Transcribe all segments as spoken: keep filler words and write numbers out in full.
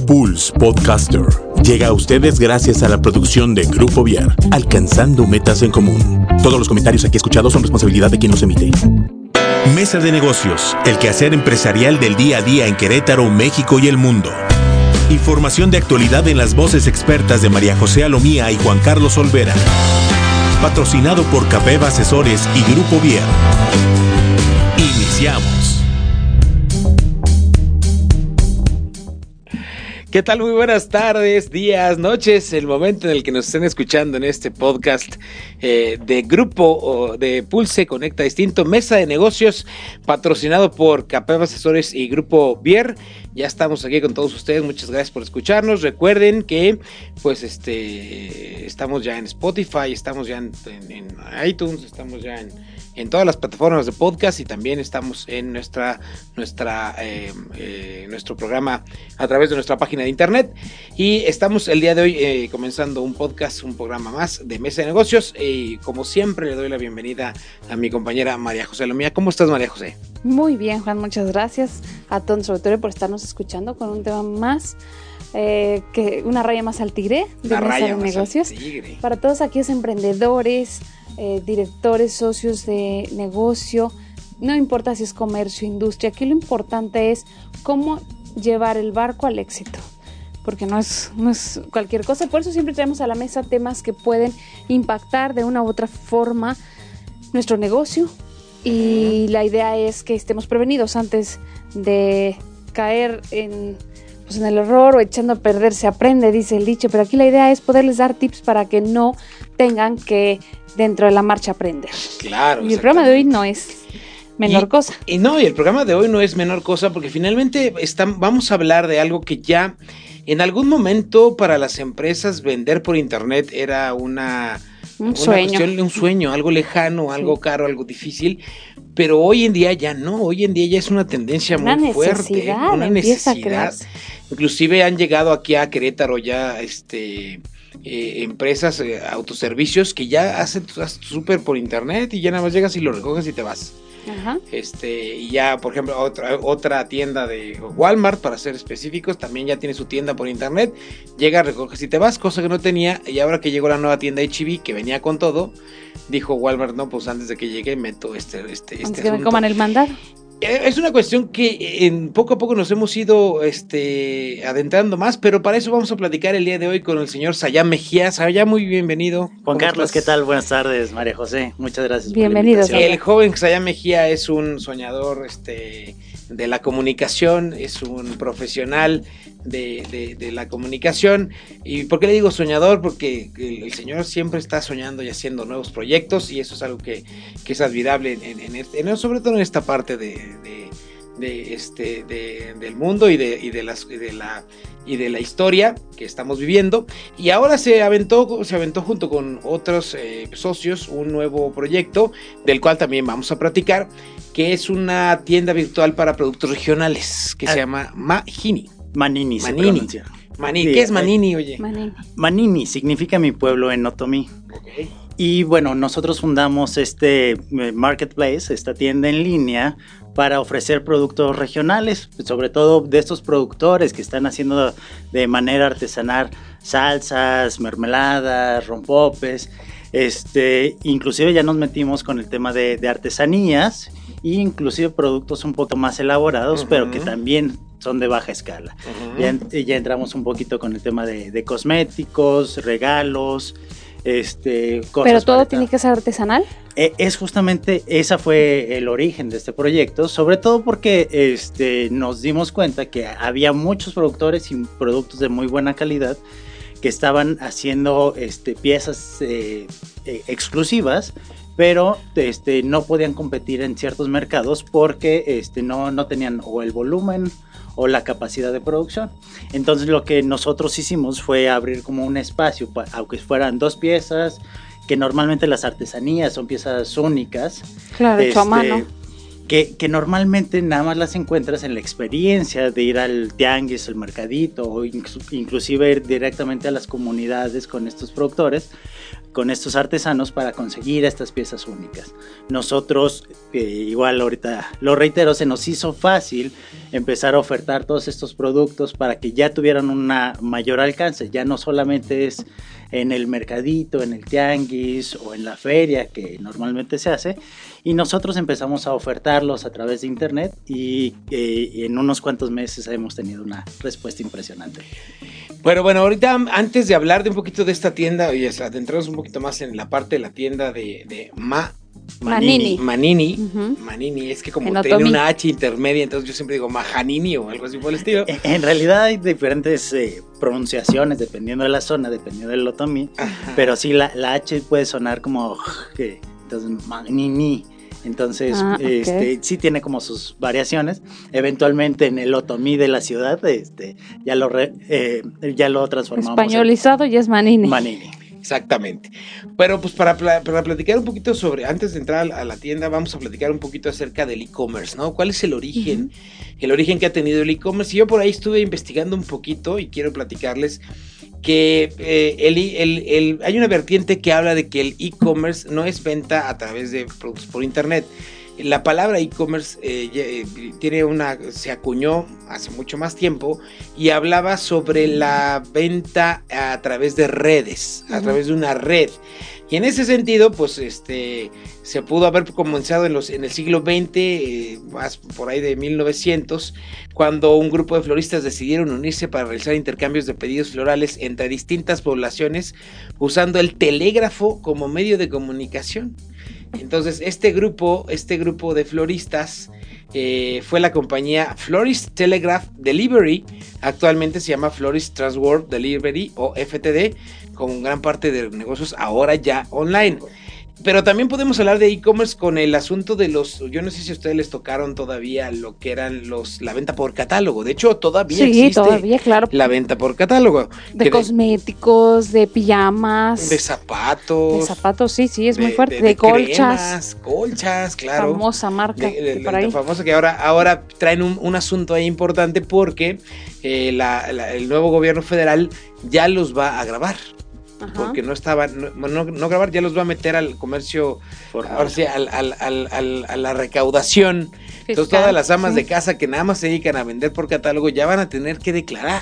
Pulse Podcaster llega a ustedes gracias a la producción de Grupo Viar, alcanzando metas en común. Todos los comentarios aquí escuchados son responsabilidad de quien los emite. Mesa de Negocios, el quehacer empresarial del día a día en Querétaro, México y el mundo. Información de actualidad en las voces expertas de María José Alomía y Juan Carlos Olvera. Patrocinado por Capeb Asesores y Grupo Viar. Iniciamos. ¿Qué tal? Muy buenas tardes, días, noches, el momento en el que nos estén escuchando en este podcast eh, de Grupo de Pulse Conecta Distinto, Mesa de Negocios, patrocinado por Capeb Asesores y Grupo Viar. Ya estamos aquí con todos ustedes, muchas gracias por escucharnos. Recuerden que pues este estamos ya en Spotify, estamos ya en, en, en iTunes, estamos ya en, en todas las plataformas de podcast y también estamos en nuestra nuestra eh, eh, nuestro programa a través de nuestra página de internet. Y estamos el día de hoy eh, comenzando un podcast, un programa más de Mesa de Negocios. Y como siempre le doy la bienvenida a mi compañera María José Alomía. ¿Cómo estás, María José? Muy bien, Juan, muchas gracias a todo nuestro auditorio por estarnos escuchando con un tema más, eh, que una raya más al tigre de una Mesa raya de más Negocios. al tigre. Para todos aquellos emprendedores, eh, directores, socios de negocio, no importa si es comercio, industria, aquí lo importante es cómo llevar el barco al éxito, porque no es, no es cualquier cosa. Por eso siempre traemos a la mesa temas que pueden impactar de una u otra forma nuestro negocio, y uh-huh. la idea es que estemos prevenidos antes de caer en, pues en el error, o echando a perder se aprende, dice el dicho, pero aquí la idea es poderles dar tips para que no tengan que dentro de la marcha aprender. Claro. Y el programa de hoy no es menor y, cosa. Y no, y el programa de hoy no es menor cosa, porque finalmente está, vamos a hablar de algo que ya en algún momento para las empresas vender por internet era una, un, una sueño. cuestión, un sueño, algo lejano, algo sí. caro, algo difícil, pero hoy en día ya no, hoy en día ya es una tendencia una muy fuerte, una necesidad. Inclusive han llegado aquí a Querétaro ya este eh, empresas, eh, autoservicios que ya hacen súper por internet y ya nada más llegas y lo recoges y te vas. Ajá. Este, y ya, por ejemplo, otra, otra tienda de Walmart, para ser específicos, también ya tiene su tienda por internet. Llega, recoges y te vas, cosa que no tenía. Y ahora que llegó la nueva tienda H E B, que venía con todo, dijo Walmart, no, pues antes de que llegue meto este, este, este antes que me coman el mandado. Es una cuestión que en poco a poco nos hemos ido este, adentrando más, pero para eso vamos a platicar el día de hoy con el señor Sayán Mejía. Sayán, muy bienvenido. Juan Carlos, ¿qué tal? Buenas tardes, María José. Muchas gracias. Bienvenidos. Por la invitación. El joven Sayán Mejía es un soñador este, de la comunicación, es un profesional de, de, de la comunicación. ¿Y por qué le digo soñador? Porque el, el señor siempre está soñando y haciendo nuevos proyectos, y eso es algo que, que es admirable, en, en, este, en, sobre todo en esta parte de, de, de este, de, del mundo y de, y, de las, y, de la, y de la historia que estamos viviendo. Y ahora se aventó, se aventó junto con otros eh, socios un nuevo proyecto, del cual también vamos a platicar, que es una tienda virtual para productos regionales, que ah. se llama Manini. Manini, Manini. se Manini. ¿Qué es Manini, oye? Manini. Manini significa mi pueblo en otomí. Okay. Y bueno, nosotros fundamos este marketplace, esta tienda en línea, para ofrecer productos regionales, sobre todo de estos productores que están haciendo de manera artesanal salsas, mermeladas, rompopes. Este, inclusive ya nos metimos con el tema de, de artesanías, e inclusive productos un poco más elaborados, uh-huh. pero que también son de baja escala. Uh-huh. Ya, ya entramos un poquito con el tema de, de cosméticos, regalos, este, cosas. ¿Pero todo tiene que ser artesanal? Eh, es justamente, ese fue el origen de este proyecto, sobre todo porque este, nos dimos cuenta que había muchos productores y productos de muy buena calidad que estaban haciendo este, piezas eh, eh, exclusivas, pero este, no podían competir en ciertos mercados porque este, no, no tenían o el volumen o la capacidad de producción. Entonces lo que nosotros hicimos fue abrir como un espacio, aunque fueran dos piezas, que normalmente las artesanías son piezas únicas. Claro, hecho este, a mano. que, que normalmente nada más las encuentras en la experiencia de ir al tianguis, al mercadito, o inclusive ir directamente a las comunidades con estos productores, con estos artesanos para conseguir estas piezas únicas. Nosotros, eh, igual ahorita lo reitero, se nos hizo fácil empezar a ofertar todos estos productos para que ya tuvieran un mayor alcance. Ya no solamente es en el mercadito, en el tianguis o en la feria que normalmente se hace, y nosotros empezamos a ofertarlos a través de internet y, eh, y en unos cuantos meses hemos tenido una respuesta impresionante. Bueno, bueno, ahorita antes de hablar de un poquito de esta tienda y adentrarnos un poquito más en la parte de la tienda de, de Ma, Manini. Manini, Uh-huh. Manini, es que como En tiene Otomi. una H intermedia, entonces yo siempre digo Majanini o algo así por el estilo. En, en realidad hay diferentes eh, pronunciaciones dependiendo de la zona, dependiendo del otomí, Ajá. pero sí la, la H puede sonar como que, entonces Manini. Entonces, Ah, okay. este, sí tiene como sus variaciones. Eventualmente en el otomí de la ciudad, este, ya lo re, eh, ya lo transformamos Españolizado ya es Manini. en Manini. Exactamente. Pero pues para, pla- para platicar un poquito sobre, antes de entrar a la tienda, vamos a platicar un poquito acerca del e-commerce, ¿no? ¿Cuál es el origen? Uh-huh. El origen que ha tenido el e-commerce. Y yo por ahí estuve investigando un poquito y quiero platicarles que eh, el, el, el, hay una vertiente que habla de que el e-commerce no es venta a través de productos por internet. La palabra e-commerce eh, eh, tiene una, se acuñó hace mucho más tiempo y hablaba sobre la venta a través de redes, a uh-huh. través de una red. Y en ese sentido, pues, este, se pudo haber comenzado en, los, en el siglo veinte, eh, más por ahí de mil novecientos, cuando un grupo de floristas decidieron unirse para realizar intercambios de pedidos florales entre distintas poblaciones, usando el telégrafo como medio de comunicación. Entonces, este grupo, este grupo de floristas eh, fue la compañía Florist Telegraph Delivery, actualmente se llama Florist Transworld Delivery o F T D, con gran parte de negocios ahora ya online. Pero también podemos hablar de e-commerce con el asunto de los, yo no sé si a ustedes les tocaron todavía lo que eran los la venta por catálogo. De hecho, todavía sí, existe todavía, claro. la venta por catálogo. De cosméticos, de, de pijamas. De zapatos. De zapatos, sí, sí, es de, muy fuerte. De, de, de colchas. Cremas, colchas, claro. Famosa marca. De, de, por ahí. famosa que ahora, ahora traen un, un asunto ahí importante porque eh, la, la, el nuevo gobierno federal ya los va a grabar. Ajá. Porque no estaban, no, no, no grabar, ya los va a meter al comercio, ahora sí, al, al, al, al, a la recaudación. Fiscal, entonces todas las amas sí. de casa que nada más se dedican a vender por catálogo ya van a tener que declarar.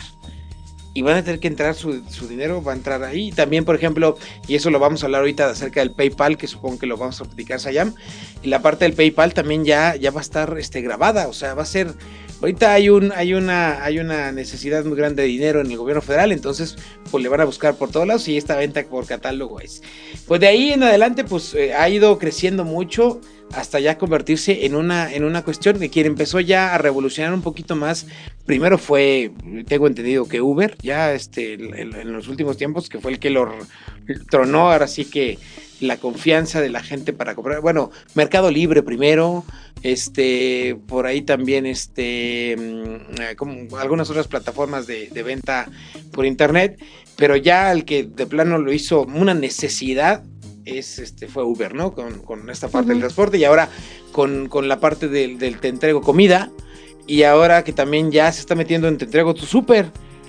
Y van a tener que entrar su, su dinero, va a entrar ahí. También, por ejemplo, y eso lo vamos a hablar ahorita acerca del PayPal, que supongo que lo vamos a platicar, Sayam. Y la parte del PayPal también ya, ya va a estar este, grabada, o sea, va a ser... Ahorita hay un hay una hay una necesidad muy grande de dinero en el gobierno federal, entonces pues le van a buscar por todos lados y esta venta por catálogo es. Pues de ahí en adelante pues eh, ha ido creciendo mucho hasta ya convertirse en una en una cuestión de quien empezó ya a revolucionar un poquito más. Primero fue, tengo entendido que Uber, ya este en, en los últimos tiempos, que fue el que lo tronó, ahora sí que la confianza de la gente para comprar. Bueno, Mercado Libre primero, este, por ahí también, este, como algunas otras plataformas de, de venta por internet, pero ya el que de plano lo hizo una necesidad es, este, fue Uber, ¿no? Con, con esta parte uh-huh. del transporte y ahora con, con la parte del, del te entrego comida y ahora que también ya se está metiendo en te entrego tu súper.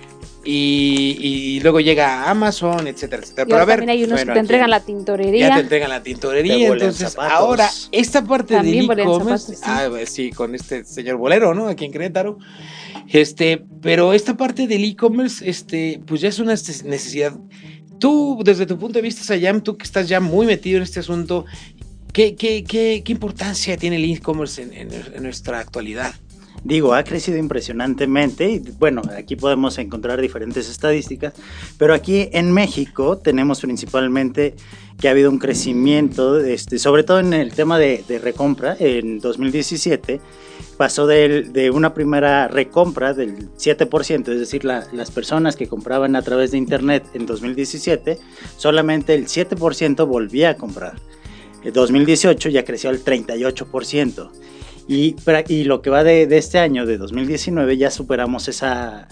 Y, y luego llega Amazon, etcétera, etcétera. Y Pero a ver, también hay unos bueno, que te entregan la tintorería. Ya te entregan la tintorería. Entonces, zapatos. Ahora, esta parte también del e-commerce, sí. Ah, sí, con este señor Bolero, ¿no? Aquí en Querétaro. Este, pero esta parte del e-commerce, este, pues ya es una necesidad. Tú, desde tu punto de vista, Sayam, tú que estás ya muy metido en este asunto, ¿qué, qué, qué, qué importancia tiene el e-commerce en, en, en nuestra actualidad? Digo, ha crecido impresionantemente y bueno, aquí podemos encontrar diferentes estadísticas, pero aquí en México tenemos principalmente que ha habido un crecimiento, este, sobre todo en el tema de, de recompra. En dos mil diecisiete pasó de, de una primera recompra del siete por ciento, es decir, la, las personas que compraban a través de internet en dos mil diecisiete, solamente el siete por ciento volvía a comprar. En dos mil dieciocho ya creció al treinta y ocho por ciento. Y, y lo que va de, de este año, de dos mil diecinueve, ya superamos esa,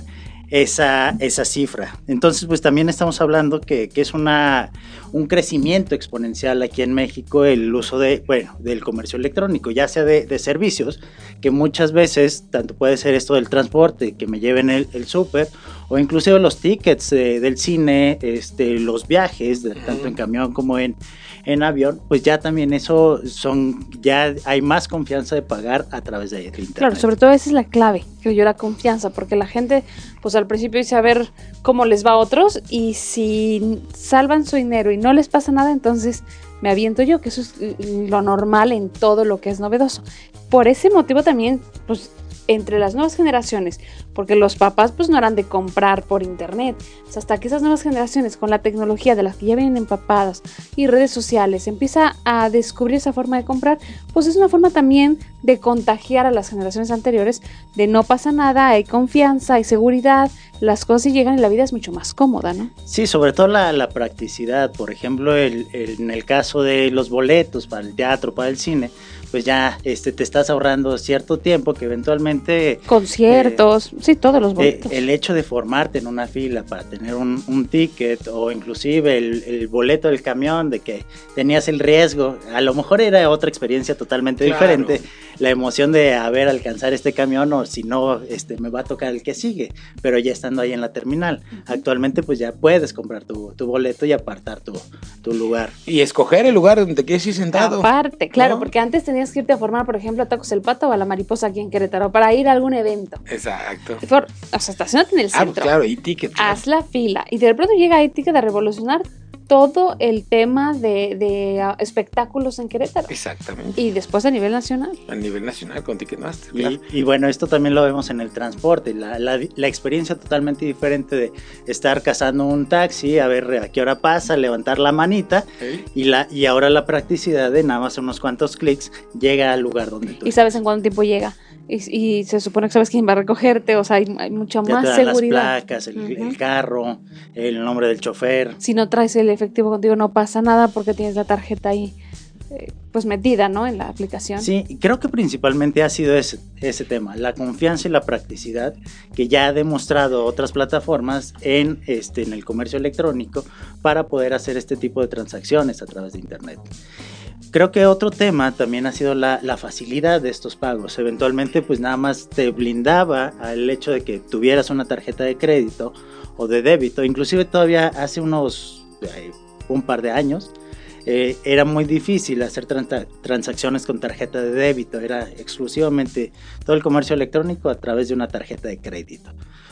esa, esa cifra. Entonces, pues también estamos hablando que, que es una, un crecimiento exponencial aquí en México el uso de, bueno, del comercio electrónico, ya sea de, de servicios, que muchas veces, tanto puede ser esto del transporte, que me lleven el, el súper, o inclusive los tickets eh, del cine, este, los viajes, de, tanto en camión como en, en avión, pues ya también eso son, ya hay más confianza de pagar a través de internet. Claro, sobre todo esa es la clave, creo yo, la confianza, porque la gente, pues al principio dice a ver cómo les va a otros, y si salvan su dinero y no les pasa nada, entonces me aviento yo, que eso es lo normal en todo lo que es novedoso. Por ese motivo también, pues entre las nuevas generaciones, porque los papás pues no eran de comprar por internet, o sea, hasta que esas nuevas generaciones con la tecnología de las que ya vienen empapadas y redes sociales empieza a descubrir esa forma de comprar, pues es una forma también de contagiar a las generaciones anteriores de no pasa nada, hay confianza, hay seguridad, las cosas llegan y la vida es mucho más cómoda, ¿no? Sí, sobre todo la, la practicidad, por ejemplo, el, el, en el caso de los boletos para el teatro, para el cine, pues ya este, te estás ahorrando cierto tiempo que eventualmente... Conciertos, eh, sí, todos los boletos. Eh, el hecho de formarte en una fila para tener un, un ticket o inclusive el, el boleto del camión, de que tenías el riesgo, a lo mejor era otra experiencia totalmente claro. diferente, la emoción de haber alcanzar este camión o si no, este, me va a tocar el que sigue, pero ya estando ahí en la terminal. Uh-huh. Actualmente pues ya puedes comprar tu, tu boleto y apartar tu, tu lugar. Y escoger el lugar donde te quieres ir sentado. Aparte, claro, ¿no? Porque antes tenías que irte a formar, por ejemplo, a Tacos El Pato o a La Mariposa aquí en Querétaro para ir a algún evento. Exacto. For, o sea, estacionate en el centro. Ah, claro, e-ticket. Claro. Haz la fila. Y de pronto llega e-ticket a revolucionar todo el tema de, de uh, espectáculos en Querétaro. Exactamente. Y después a nivel nacional. A nivel nacional con Ticketmaster, y, claro. Y bueno, esto también lo vemos en el transporte, la, la, la experiencia totalmente diferente de estar cazando un taxi, a ver a qué hora pasa, levantar la manita, ¿sí? y, la, y ahora la practicidad de nada más unos cuantos clics llega al lugar donde tú ¿Y sabes en cuánto tiempo llega? Y, y se supone que sabes quién va a recogerte, o sea, hay, hay mucha ya más te dan seguridad. Las placas, el, uh-huh. el carro, el nombre del chofer. Si no traes el efectivo contigo no pasa nada porque tienes la tarjeta ahí eh, pues metida, ¿no? En la aplicación. Sí, creo que principalmente ha sido ese, ese tema, la confianza y la practicidad que ya ha demostrado otras plataformas en, este, en el comercio electrónico para poder hacer este tipo de transacciones a través de internet. Creo que otro tema también ha sido la, la facilidad de estos pagos. Eventualmente pues nada más te blindaba al hecho de que tuvieras una tarjeta de crédito o de débito. Inclusive todavía hace unos eh, un par de años eh, era muy difícil hacer trans- transacciones con tarjeta de débito. Era exclusivamente todo el comercio electrónico a través de una tarjeta de crédito.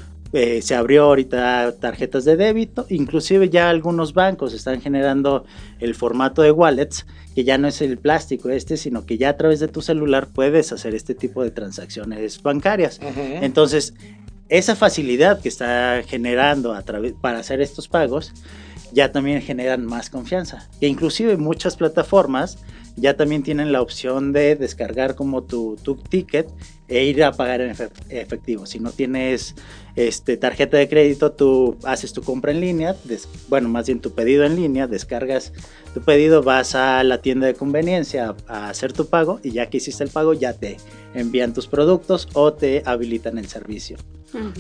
Eh, se abrió ahorita tarjetas de débito, inclusive ya algunos bancos están generando el formato de wallets, que ya no es el plástico este, sino que ya a través de tu celular puedes hacer este tipo de transacciones bancarias. Uh-huh. Entonces, esa facilidad que está generando a través, para hacer estos pagos, ya también generan más confianza. E inclusive muchas plataformas ya también tienen la opción de descargar como tu, tu ticket e ir a pagar en efectivo. Si no tienes este, tarjeta de crédito, tú haces tu compra en línea, des, bueno, más bien tu pedido en línea, descargas tu pedido, vas a la tienda de conveniencia a, a hacer tu pago y ya que hiciste el pago ya te envían tus productos o te habilitan el servicio. Uh-huh.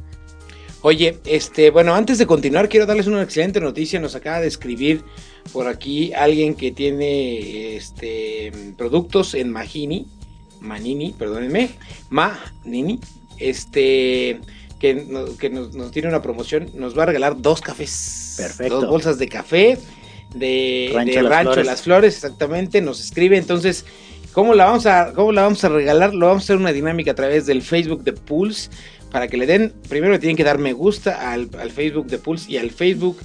Oye, este, bueno, antes de continuar quiero darles una excelente noticia. Nos acaba de escribir por aquí alguien que tiene este productos en Magini, Manini, perdónenme, Manini, este, que, no, que nos, nos tiene una promoción, nos va a regalar dos cafés. Perfecto. Dos bolsas de café de Rancho, de Las, Rancho Flores. Las Flores, exactamente, nos escribe. Entonces, ¿cómo la vamos a, cómo la vamos a regalar? Lo vamos a hacer una dinámica a través del Facebook de Pulse. Para que le den, primero le tienen que dar me gusta al, al Facebook de Pulse y al Facebook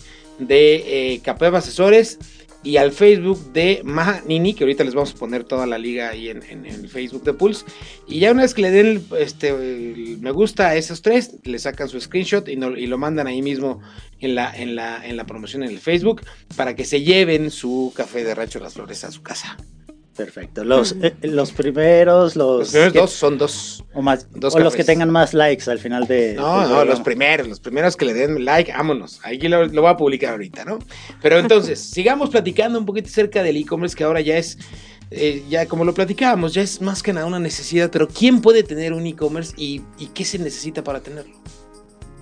de eh, Capeva Asesores y al Facebook de Maja Nini, que ahorita les vamos a poner toda la liga ahí en, en, en el Facebook de Pulse. Y ya una vez que le den el, este, el me gusta a esos tres, le sacan su screenshot y, no, y lo mandan ahí mismo en la, en, la, en la promoción en el Facebook para que se lleven su café de Rancho Las Flores a su casa. Perfecto. Los, eh, los primeros, los, los primeros que, dos son dos. O, más, dos o los que tengan más likes al final de. No, de no, los primeros, los primeros que le den like, vámonos. Aquí lo, lo voy a publicar ahorita, ¿no? Pero entonces, sigamos platicando un poquito acerca del e-commerce, que ahora ya es, eh, ya como lo platicábamos, ya es más que nada una necesidad. Pero ¿quién puede tener un e-commerce y, y qué se necesita para tenerlo?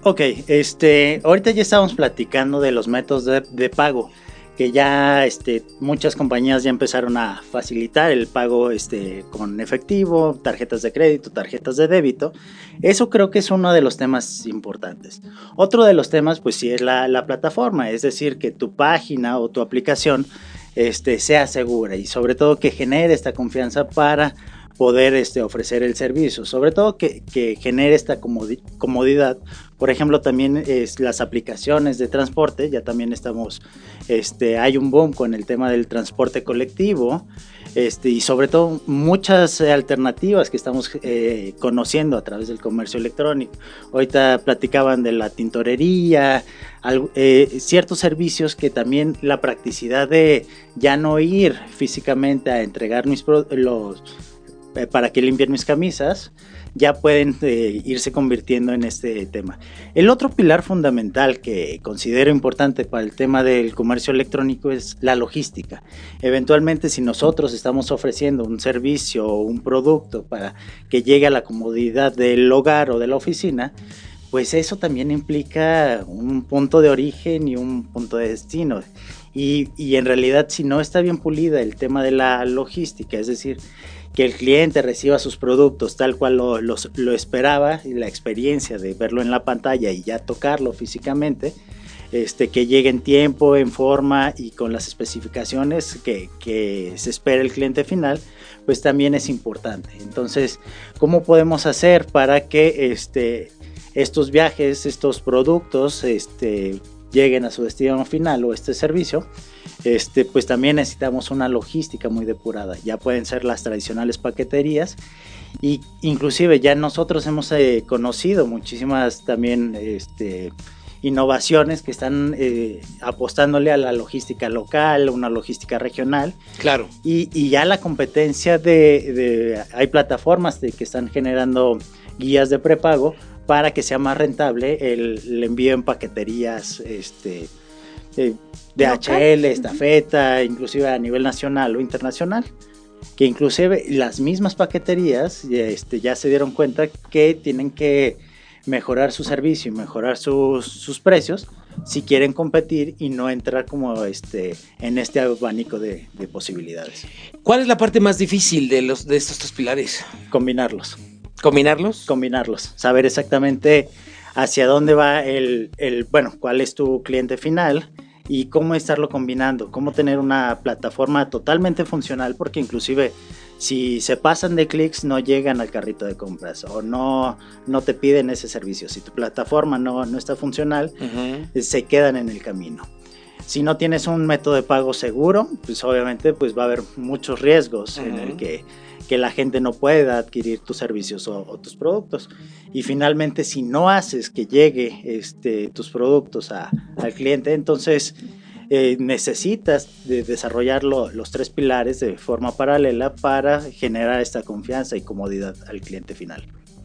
Ok, este, ahorita ya estamos platicando de los métodos de, de pago, que ya este, muchas compañías ya empezaron a facilitar el pago este, con efectivo, tarjetas de crédito, tarjetas de débito. Eso creo que es uno de los temas importantes. Otro de los temas, pues sí, es la, la plataforma, es decir, que tu página o tu aplicación este, sea segura y sobre todo que genere esta confianza para poder este, ofrecer el servicio, sobre todo que, que genere esta comodi- comodidad. Por ejemplo, también es las aplicaciones de transporte, ya también estamos, este, hay un boom con el tema del transporte colectivo, este, y sobre todo muchas alternativas que estamos eh, conociendo a través del comercio electrónico. Ahorita platicaban de la tintorería, algo, eh, ciertos servicios que también la practicidad de ya no ir físicamente a entregar mis pro- los para que limpien mis camisas, ya pueden eh, irse convirtiendo en este tema. El otro pilar fundamental que considero importante para el tema del comercio electrónico es la logística. Eventualmente, si nosotros estamos ofreciendo un servicio o un producto para que llegue a la comodidad del hogar o de la oficina, pues eso también implica un punto de origen y un punto de destino. Y, y en realidad, si no está bien pulida el tema de la logística, es decir, que el cliente reciba sus productos tal cual lo, lo, lo esperaba, y la experiencia de verlo en la pantalla y ya tocarlo físicamente, este, que llegue en tiempo, en forma y con las especificaciones que, que se espera el cliente final, pues también es importante. Entonces, ¿cómo podemos hacer para que este, estos viajes, estos productos, este, lleguen a su destino final o este servicio? Este, pues también necesitamos una logística muy depurada. Ya pueden ser las tradicionales paqueterías y inclusive ya nosotros hemos eh, conocido muchísimas también este, innovaciones que están eh, apostándole a la logística local, una logística regional. Claro. Y, y ya la competencia de, de hay plataformas de, que están generando guías de prepago para que sea más rentable el, el envío en paqueterías este, eh, D H L, estafeta, inclusive a nivel nacional o internacional, que inclusive las mismas paqueterías este, ya se dieron cuenta que tienen que mejorar su servicio y mejorar sus, sus precios si quieren competir y no entrar como este, en este abanico de, de posibilidades. ¿Cuál es la parte más difícil de, los, de estos tres pilares? Combinarlos. ¿Combinarlos? Combinarlos, saber exactamente hacia dónde va el, el, bueno, cuál es tu cliente final y cómo estarlo combinando, cómo tener una plataforma totalmente funcional, porque inclusive si se pasan de clics no llegan al carrito de compras o no, no te piden ese servicio. Si tu plataforma no, no está funcional, uh-huh. se quedan en el camino. Si no tienes un método de pago seguro, pues obviamente pues va a haber muchos riesgos uh-huh. en el que que la gente no pueda adquirir tus servicios o, o tus productos. Y finalmente, si no haces que llegue este, tus productos a, al cliente, entonces eh, necesitas de desarrollar lo, los tres pilares de forma paralela para generar esta confianza y comodidad al cliente final.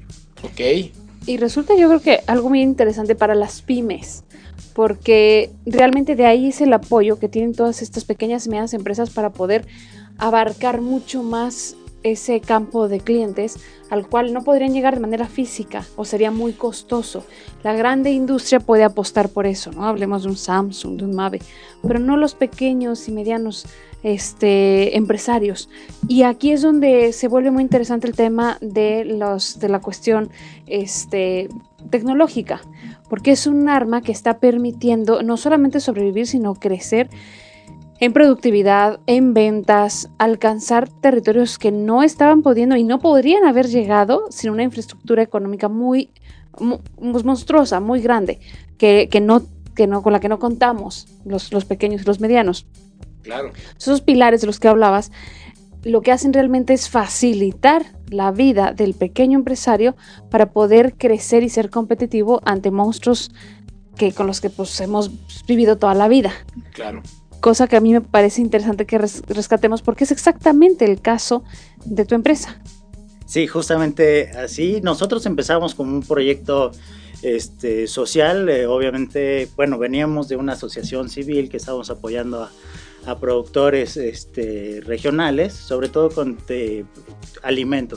Ok. Y resulta, yo creo que algo muy interesante para las pymes, porque realmente de ahí es el apoyo que tienen todas estas pequeñas y medianas empresas para poder abarcar mucho más ese campo de clientes al cual no podrían llegar de manera física o sería muy costoso. La grande industria puede apostar por eso, ¿no? Hablemos de un Samsung, de un Mave, pero no los pequeños y medianos este, empresarios. Y aquí es donde se vuelve muy interesante el tema de, los, de la cuestión este, tecnológica, porque es un arma que está permitiendo no solamente sobrevivir, sino crecer en productividad, en ventas, alcanzar territorios que no estaban pudiendo y no podrían haber llegado sin una infraestructura económica muy, muy monstruosa, muy grande, que, que no, que no, con la que no contamos los, los pequeños y los medianos. Claro. Esos pilares de los que hablabas, lo que hacen realmente es facilitar la vida del pequeño empresario para poder crecer y ser competitivo ante monstruos que, con los que pues, hemos vivido toda la vida. Claro. Cosa que a mí me parece interesante que res- rescatemos porque es exactamente el caso de tu empresa. Sí, justamente así. Nosotros empezamos como un proyecto este, social. Eh, obviamente, bueno, veníamos de una asociación civil que estábamos apoyando a, a productores este, regionales, sobre todo con de, alimentos.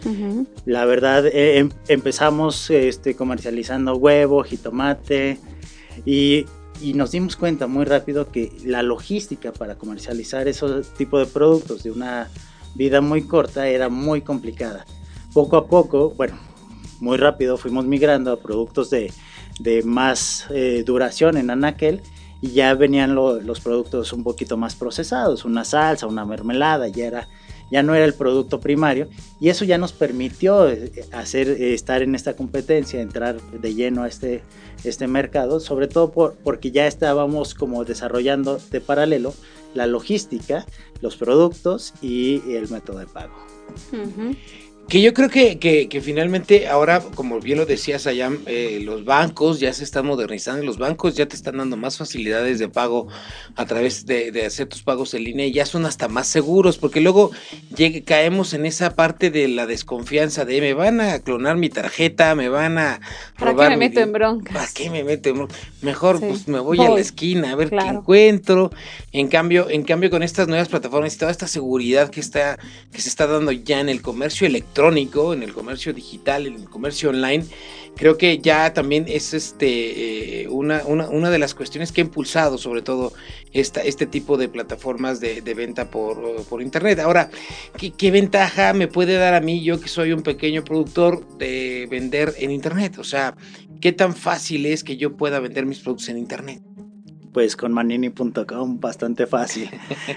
Uh-huh. La verdad, eh, em, empezamos este, comercializando huevo, jitomate y, y nos dimos cuenta muy rápido que la logística para comercializar esos tipos de productos de una vida muy corta era muy complicada. Poco a poco, bueno, muy rápido fuimos migrando a productos de, de más eh, duración en anaquel y ya venían lo, los productos un poquito más procesados, una salsa, una mermelada, ya, era, ya no era el producto primario y eso ya nos permitió hacer, estar en esta competencia, entrar de lleno a este, este mercado, sobre todo por, porque ya estábamos como desarrollando de paralelo la logística, los productos y el método de pago. Uh-huh. Que yo creo que, que, que finalmente ahora, como bien lo decías allá, eh, los bancos ya se están modernizando, los bancos ya te están dando más facilidades de pago a través de, de hacer tus pagos en línea y ya son hasta más seguros, porque luego llegue, caemos en esa parte de la desconfianza de me van a clonar mi tarjeta, me van a robar. ¿Para qué me meto mi, en broncas? ¿Para qué me meto en broncas? Mejor sí. pues me voy, voy a la esquina a ver claro. qué encuentro. En cambio, en cambio con estas nuevas plataformas y toda esta seguridad que está, que se está dando ya en el comercio electrónico, en el comercio digital, en el comercio online, creo que ya también es este eh, una, una, una de las cuestiones que ha impulsado sobre todo esta, este tipo de plataformas de, de venta por, por internet. Ahora, ¿qué, ¿qué ventaja me puede dar a mí, yo que soy un pequeño productor, de vender en internet? O sea, ¿qué tan fácil es que yo pueda vender mis productos en internet? Pues con manini punto com bastante fácil.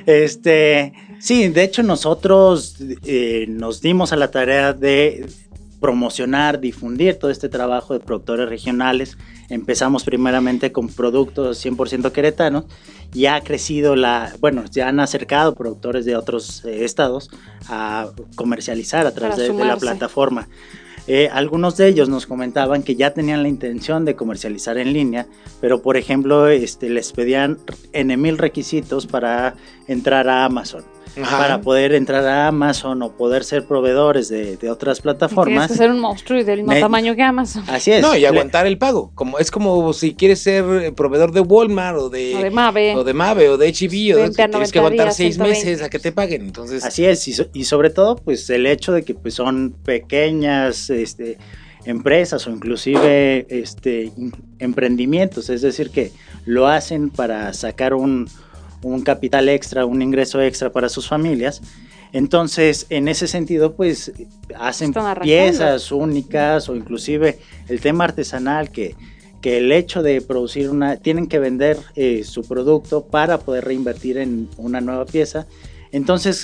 este, sí, de hecho nosotros eh, nos dimos a la tarea de promocionar, difundir todo este trabajo de productores regionales. Empezamos primeramente con productos cien por ciento queretanos y ha crecido la, bueno, ya han acercado productores de otros eh, estados a comercializar a través de, de la plataforma. Eh, algunos de ellos nos comentaban que ya tenían la intención de comercializar en línea, pero por ejemplo este, les pedían N mil requisitos para entrar a Amazon. Ajá. Para poder entrar a Amazon o poder ser proveedores de, de otras plataformas. Tienes que ser un monstruo y del mismo Me... tamaño que Amazon. Así es. No, y aguantar el pago. Como, es como si quieres ser proveedor de Walmart o de, o de Mave o de Mave o de H E B, o de, tienes que aguantar días, seis ciento veinte meses a que te paguen. Entonces... Así es, y, so, y sobre todo pues el hecho de que pues, son pequeñas este, empresas o inclusive este, emprendimientos, es decir que lo hacen para sacar un un capital extra, un ingreso extra para sus familias. Entonces, en ese sentido, pues, hacen piezas únicas o inclusive el tema artesanal que, que el hecho de producir una, tienen que vender eh, su producto para poder reinvertir en una nueva pieza. Entonces,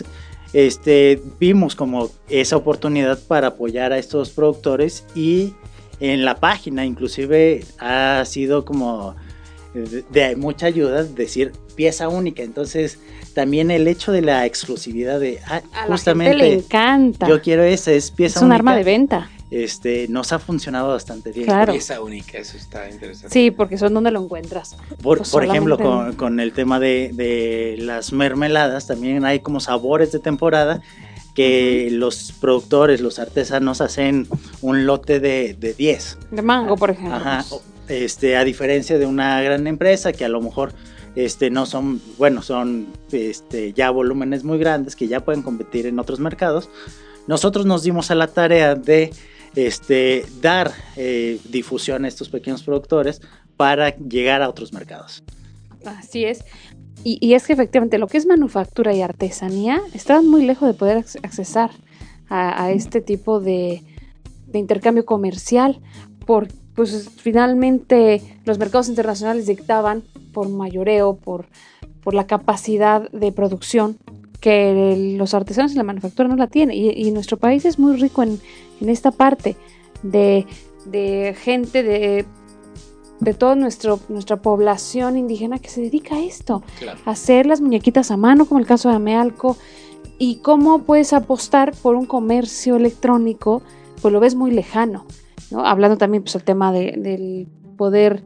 este, vimos como esa oportunidad para apoyar a estos productores y en la página inclusive ha sido como de, de mucha ayuda decir pieza única. Entonces también el hecho de la exclusividad de ah, a justamente la gente le encanta. Yo quiero esa, es pieza única. Es un arma de venta. Este, nos ha funcionado bastante bien. Claro. Pieza única, eso está interesante. Sí, porque son donde lo encuentras. Por, pues por ejemplo, con, con el tema de, de las mermeladas, también hay como sabores de temporada que uh-huh. los productores, los artesanos hacen un lote de, de diez. De mango, por ejemplo. Ajá. Este, a diferencia de una gran empresa que a lo mejor este, no son, bueno, son este, ya volúmenes muy grandes que ya pueden competir en otros mercados. Nosotros nos dimos a la tarea de este, dar eh, difusión a estos pequeños productores para llegar a otros mercados. Así es. Y, y es que efectivamente lo que es manufactura y artesanía estaban muy lejos de poder accesar a, a este tipo de, de intercambio comercial, porque pues finalmente los mercados internacionales dictaban por mayoreo, por, por la capacidad de producción que los artesanos y la manufactura no la tienen. Y, y nuestro país es muy rico en, en esta parte de, de gente de, de toda nuestra población indígena que se dedica a esto, claro. A hacer las muñequitas a mano, como el caso de Amealco. Y cómo puedes apostar por un comercio electrónico, pues lo ves muy lejano, ¿no? Hablando también pues el tema de, del poder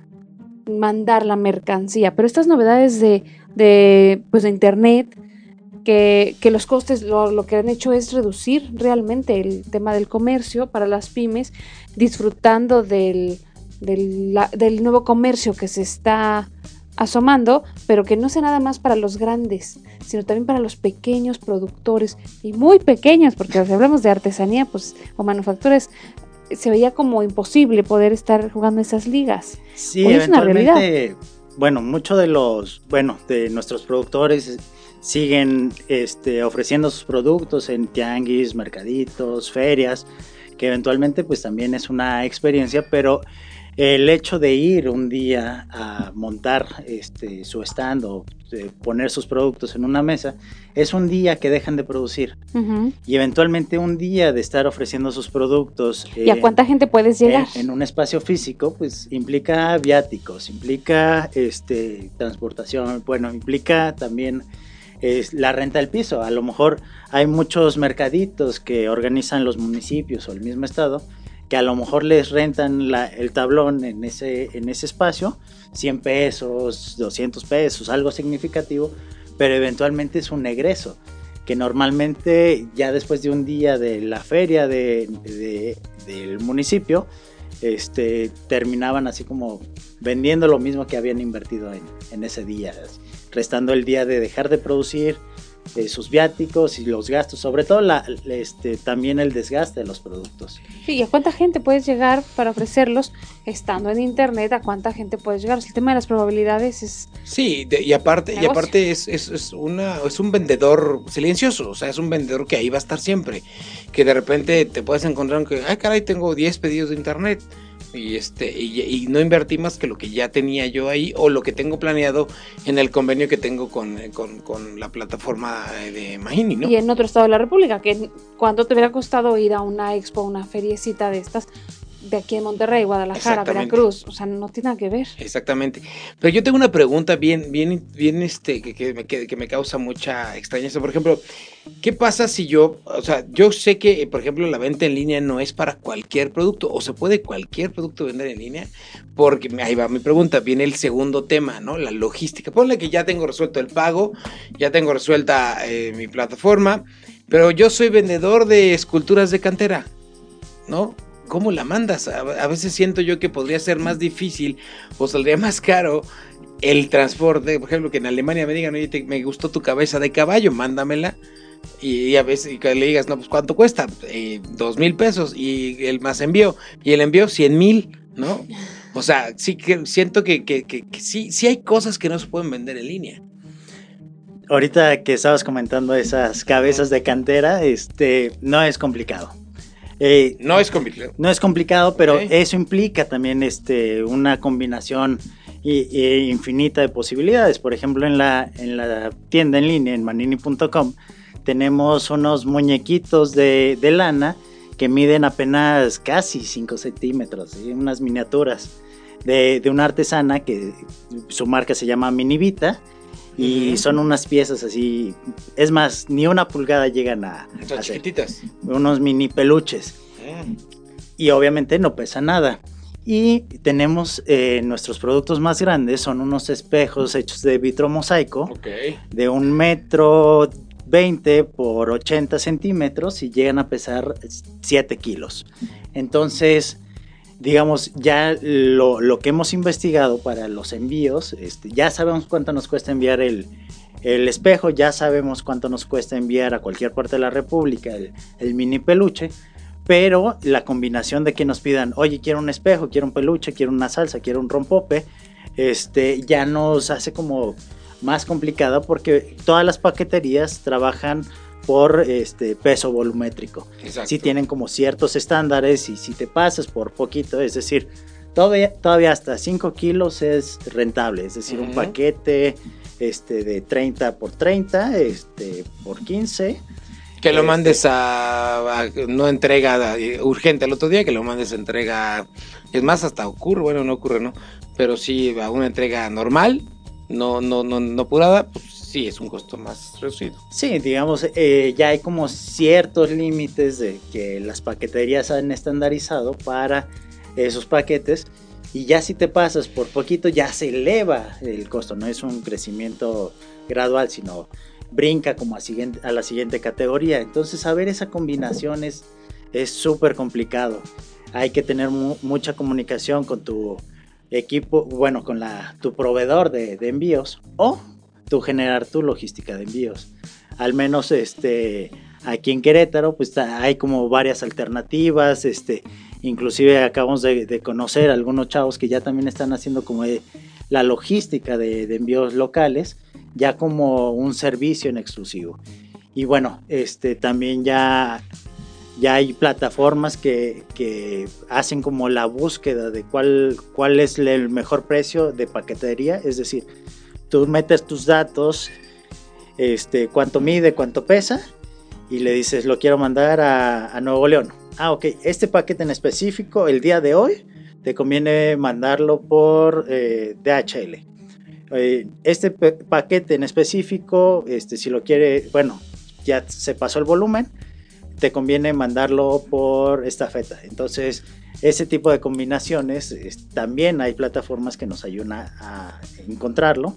mandar la mercancía, pero estas novedades de, de, pues, de internet, que, que los costes lo, lo que han hecho es reducir realmente el tema del comercio para las pymes, disfrutando del, del, la, del nuevo comercio que se está asomando, pero que no sea nada más para los grandes, sino también para los pequeños productores y muy pequeños, porque si hablamos de artesanía pues o manufacturas, se veía como imposible poder estar jugando esas ligas. Sí, hoy es una realidad. Bueno, muchos de los, bueno, de nuestros productores siguen este, ofreciendo sus productos en tianguis, mercaditos, ferias, que eventualmente pues también es una experiencia, pero el hecho de ir un día a montar este, su stand o de poner sus productos en una mesa, es un día que dejan de producir. Uh-huh. Y eventualmente un día de estar ofreciendo sus productos. ¿Y a cuánta gente puedes llegar? En, en un espacio físico, pues implica viáticos, implica este, transportación, bueno, implica también es la renta del piso. A lo mejor hay muchos mercaditos que organizan los municipios o el mismo estado, que a lo mejor les rentan la, el tablón en ese, en ese espacio, cien pesos, doscientos pesos, algo significativo, pero eventualmente es un egreso, que normalmente ya después de un día de la feria de, de, del municipio, este, terminaban así como vendiendo lo mismo que habían invertido en, en ese día, restando el día de dejar de producir, de sus viáticos y los gastos, sobre todo la, este, también el desgaste de los productos. Sí, ¿y a cuánta gente puedes llegar para ofrecerlos estando en internet? ¿A cuánta gente puedes llegar? El tema de las probabilidades es... Sí, de, y aparte, y aparte es, es, es, una, es un vendedor silencioso, o sea, es un vendedor que ahí va a estar siempre, que de repente te puedes encontrar que, ay caray, tengo diez pedidos de internet, y este y, y no invertí más que lo que ya tenía yo ahí o lo que tengo planeado en el convenio que tengo con, con, con la plataforma de Magini, ¿no? Y en otro estado de la República, que cuánto te hubiera costado ir a una expo, una feriecita de estas de aquí en Monterrey, Guadalajara, Veracruz, o sea, no tiene nada que ver. Exactamente. Pero yo tengo una pregunta bien, bien, bien, este, que, que, me, que, que me causa mucha extrañeza. Por ejemplo, ¿qué pasa si yo, o sea, yo sé que, por ejemplo, la venta en línea no es para cualquier producto, o se puede cualquier producto vender en línea? Porque ahí va mi pregunta, viene el segundo tema, ¿no? La logística. Ponle que ya tengo resuelto el pago, ya tengo resuelta eh, mi plataforma, pero yo soy vendedor de esculturas de cantera, ¿no? ¿Cómo la mandas? A, a veces siento yo que podría ser más difícil o saldría más caro el transporte. Por ejemplo, que en Alemania me digan, oye, te, me gustó tu cabeza de caballo, mándamela. Y, y a veces y que le digas, no, pues ¿cuánto cuesta? Eh, dos mil pesos y el más envío. Y el envío, cien mil, ¿no? O sea, sí que siento que, que, que, que sí, sí hay cosas que no se pueden vender en línea. Ahorita que estabas comentando esas cabezas de cantera, este, no es complicado. Eh, no es complicado. No es complicado, pero okay. Eso implica también este, una combinación y, y infinita de posibilidades. Por ejemplo, en la, en la tienda en línea, en manini punto com, tenemos unos muñequitos de, de lana que miden apenas casi cinco centímetros, ¿sí? Unas miniaturas de, de una artesana que su marca se llama Minivita. Y uh-huh. Son unas piezas así, es más, ni una pulgada llegan a, a ser, chiquititas. Unos mini peluches. Uh-huh. Y obviamente no pesa nada. Y tenemos eh, nuestros productos más grandes, son unos espejos hechos de vitromosaico, okay. De un metro veinte por ochenta centímetros y llegan a pesar siete kilos. Entonces, digamos, ya lo, lo que hemos investigado para los envíos, este, ya sabemos cuánto nos cuesta enviar el, el espejo, ya sabemos cuánto nos cuesta enviar a cualquier parte de la República el, el mini peluche, pero la combinación de que nos pidan, oye, quiero un espejo, quiero un peluche, quiero una salsa, quiero un rompope, este, ya nos hace como más complicado porque todas las paqueterías trabajan por este peso volumétrico. Exacto. Sí tienen como ciertos estándares y si te pasas por poquito, es decir, todavía, todavía hasta cinco kilos es rentable, es decir, uh-huh. Un paquete este, de treinta por treinta, este, por quince. Que lo este, mandes a, a no entrega urgente el otro día, que lo mandes a entrega, es más, hasta ocurre, bueno, no ocurre, ¿no? Pero sí a una entrega normal, no, no, no, no apurada, pues sí, es un costo más reducido. Sí, digamos, eh, ya hay como ciertos límites de que las paqueterías han estandarizado para esos paquetes y ya si te pasas por poquito ya se eleva el costo, no es un crecimiento gradual, sino brinca como a, siguiente, a la siguiente categoría. Entonces, saber esa combinación es súper complicado. Hay que tener mu- mucha comunicación con tu equipo, bueno, con la, tu proveedor de, de envíos, o tú generar tu logística de envíos. Al menos este, aquí en Querétaro pues hay como varias alternativas, este, inclusive acabamos de, de conocer a algunos chavos que ya también están haciendo como de, la logística de, de envíos locales, ya como un servicio en exclusivo. Y bueno, este, también ya, ya hay plataformas que, que hacen como la búsqueda de cuál, cuál es el mejor precio de paquetería, es decir, tú metes tus datos, este, cuánto mide, cuánto pesa, y le dices, lo quiero mandar a, a Nuevo León. Ah, ok, este paquete en específico, el día de hoy, te conviene mandarlo por eh, D H L. Eh, este p- paquete en específico, este, si lo quiere, bueno, ya se pasó el volumen, te conviene mandarlo por estafeta. Entonces, ese tipo de combinaciones, es, también hay plataformas que nos ayudan a, a encontrarlo.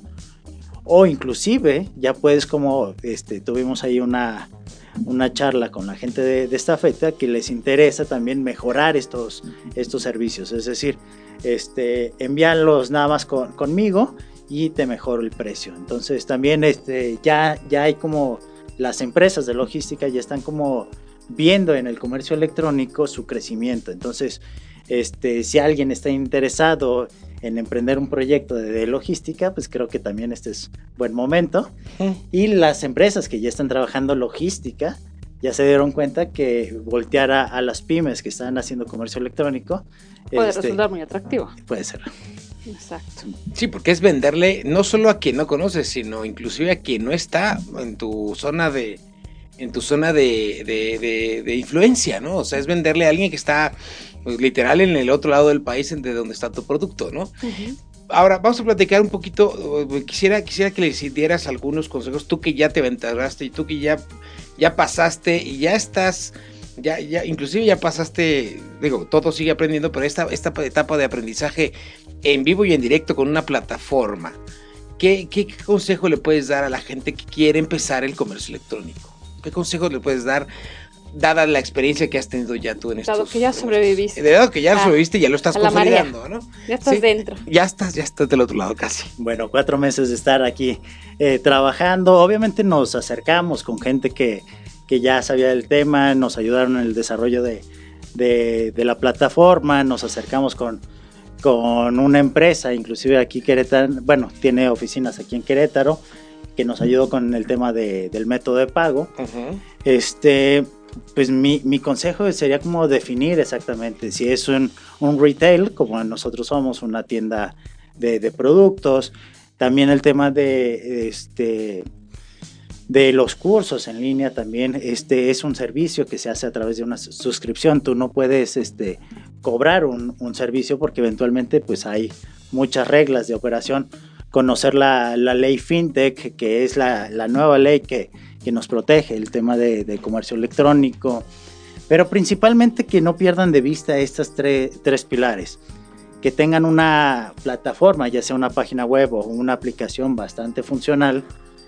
O inclusive ya puedes, como este, tuvimos ahí una, una charla con la gente de, de estafeta, que les interesa también mejorar estos, estos servicios, es decir, este, envíalos nada más con, conmigo y te mejoro el precio. Entonces también este, ya, ya hay como las empresas de logística ya están como viendo en el comercio electrónico su crecimiento. Entonces este, si alguien está interesado en emprender un proyecto de, de logística, pues creo que también este es buen momento. Y las empresas que ya están trabajando logística ya se dieron cuenta que voltear a, a las pymes que están haciendo comercio electrónico puede este, resultar muy atractivo. Puede ser. Exacto. Sí, porque es venderle no solo a quien no conoces, sino inclusive a quien no está en tu zona de en tu zona de, de, de, de influencia, ¿no? O sea, es venderle a alguien que está pues, literal en el otro lado del país de donde está tu producto, ¿no? Uh-huh. Ahora, vamos a platicar un poquito, quisiera, quisiera que les dieras algunos consejos, tú que ya te aventuraste y tú que ya, ya pasaste y ya estás, ya, ya, inclusive ya pasaste, digo, todo sigue aprendiendo, pero esta, esta etapa de aprendizaje en vivo y en directo con una plataforma, ¿qué, qué, qué consejo le puedes dar a la gente que quiere empezar el comercio electrónico? ¿Qué consejos le puedes dar, dada la experiencia que has tenido ya tú en estos... Dado que ya sobreviviste. Dado que ya ah, sobreviviste y ya lo estás consolidando, ¿no? Ya estás sí, dentro. Ya estás, ya estás del otro lado casi. Bueno, cuatro meses de estar aquí eh, trabajando. Obviamente nos acercamos con gente que, que ya sabía del tema, nos ayudaron en el desarrollo de, de, de la plataforma, nos acercamos con, con una empresa, inclusive aquí Querétaro, bueno, tiene oficinas aquí en Querétaro, que nos ayudó con el tema de, del método de pago. Uh-huh. Este, pues mi, mi consejo sería como definir exactamente si es un, un retail, como nosotros somos, una tienda de, de productos. También el tema de, este, de los cursos en línea también. Este es un servicio que se hace a través de una suscripción. Tú no puedes este, cobrar un, un servicio porque eventualmente pues hay muchas reglas de operación. Conocer la, la ley FinTech, que es la, la nueva ley que, que nos protege el tema de, de comercio electrónico, pero principalmente que no pierdan de vista estas tre, tres pilares, que tengan una plataforma, ya sea una página web o una aplicación bastante funcional,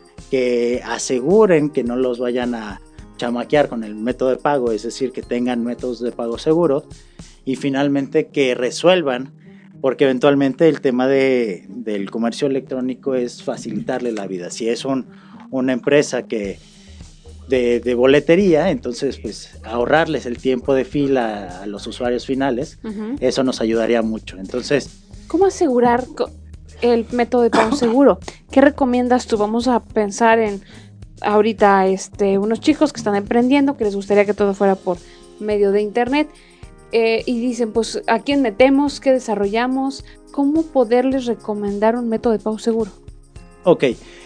que aseguren que no los vayan a chamaquear con el método de pago, es decir, que tengan métodos de pago seguros, y finalmente que resuelvan, porque eventualmente el tema de, del comercio electrónico es facilitarle la vida. Si es un, una empresa que de, de boletería, entonces pues ahorrarles el tiempo de fila a los usuarios finales, uh-huh. Eso nos ayudaría mucho. Entonces, ¿cómo asegurar el método de pago seguro? ¿Qué recomiendas tú? Vamos a pensar en ahorita este, unos chicos que están emprendiendo, que les gustaría que todo fuera por medio de internet. Eh, y dicen, pues, ¿a quién metemos? ¿Qué desarrollamos? ¿Cómo poderles recomendar un método de pago seguro? Ok,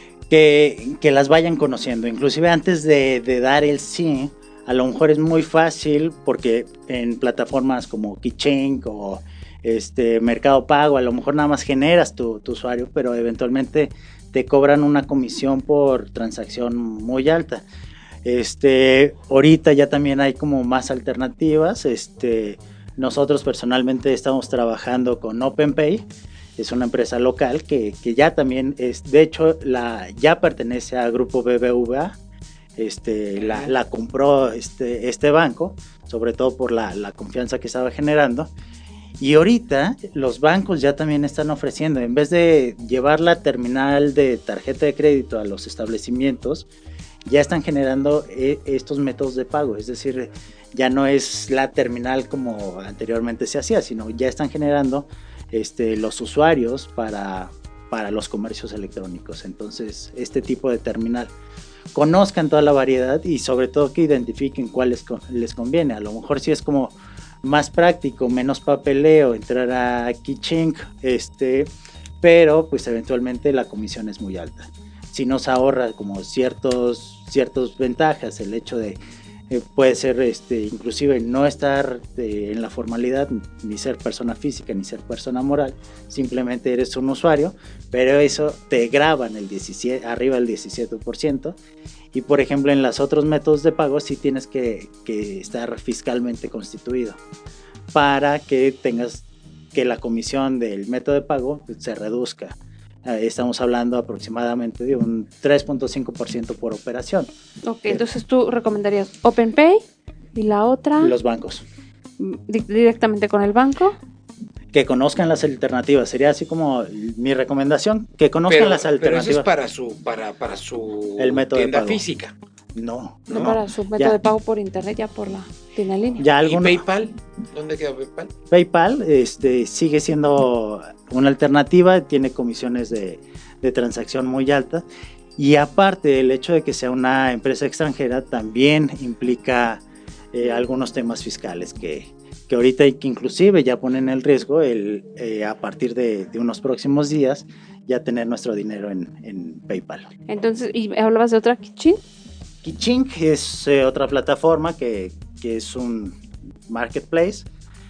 que, que las vayan conociendo. Inclusive antes de, de dar el sí, a lo mejor es muy fácil porque en plataformas como Keychain o este, Mercado Pago, a lo mejor nada más generas tu, tu usuario, pero eventualmente te cobran una comisión por transacción muy alta. Este, ahorita ya también hay como más alternativas. Este, nosotros personalmente estamos trabajando con OpenPay, es una empresa local que, que ya también es, de hecho, la, ya pertenece a Grupo B B V A. Este, la, la compró este, este banco, sobre todo por la, la confianza que estaba generando. Y ahorita los bancos ya también están ofreciendo, en vez de llevar la terminal de tarjeta de crédito a los establecimientos, ya están generando eh, estos métodos de pago, es decir, ya no es la terminal como anteriormente se hacía, sino ya están generando este, los usuarios para, para los comercios electrónicos. Entonces, este tipo de terminal, conozcan toda la variedad y sobre todo que identifiquen cuál les, les conviene. A lo mejor si es como más práctico, menos papeleo, entrar a Kichink, este, pero pues eventualmente la comisión es muy alta. Si nos ahorra como ciertos, ciertas ventajas, el hecho de eh, puede ser este, inclusive no estar eh, en la formalidad, ni ser persona física, ni ser persona moral, simplemente eres un usuario, pero eso te graban el diecisiete, arriba del diecisiete por ciento. Y por ejemplo en los otros métodos de pago sí tienes que, que estar fiscalmente constituido para que tengas que la comisión del método de pago se reduzca. Eh, estamos hablando aproximadamente de un tres punto cinco por ciento por operación. Ok, eh, entonces tú recomendarías OpenPay y la otra... Los bancos. Di- directamente con el banco. Que conozcan las alternativas, sería así como mi recomendación, que conozcan pero, las alternativas. Pero eso es para su, para, para su el método tienda de pago. física. No, no. No, para su método ya. de pago por internet, ya por la tienda en línea. Ya ¿Y alguno, PayPal? ¿Dónde queda PayPal? PayPal este, sigue siendo una alternativa, tiene comisiones de, de transacción muy altas y aparte el hecho de que sea una empresa extranjera también implica eh, algunos temas fiscales que, que ahorita que inclusive ya ponen en riesgo el, eh, a partir de, de unos próximos días ya tener nuestro dinero en, en PayPal. Entonces, ¿y hablabas de otra Kichink? Kichink es eh, otra plataforma que, que es un marketplace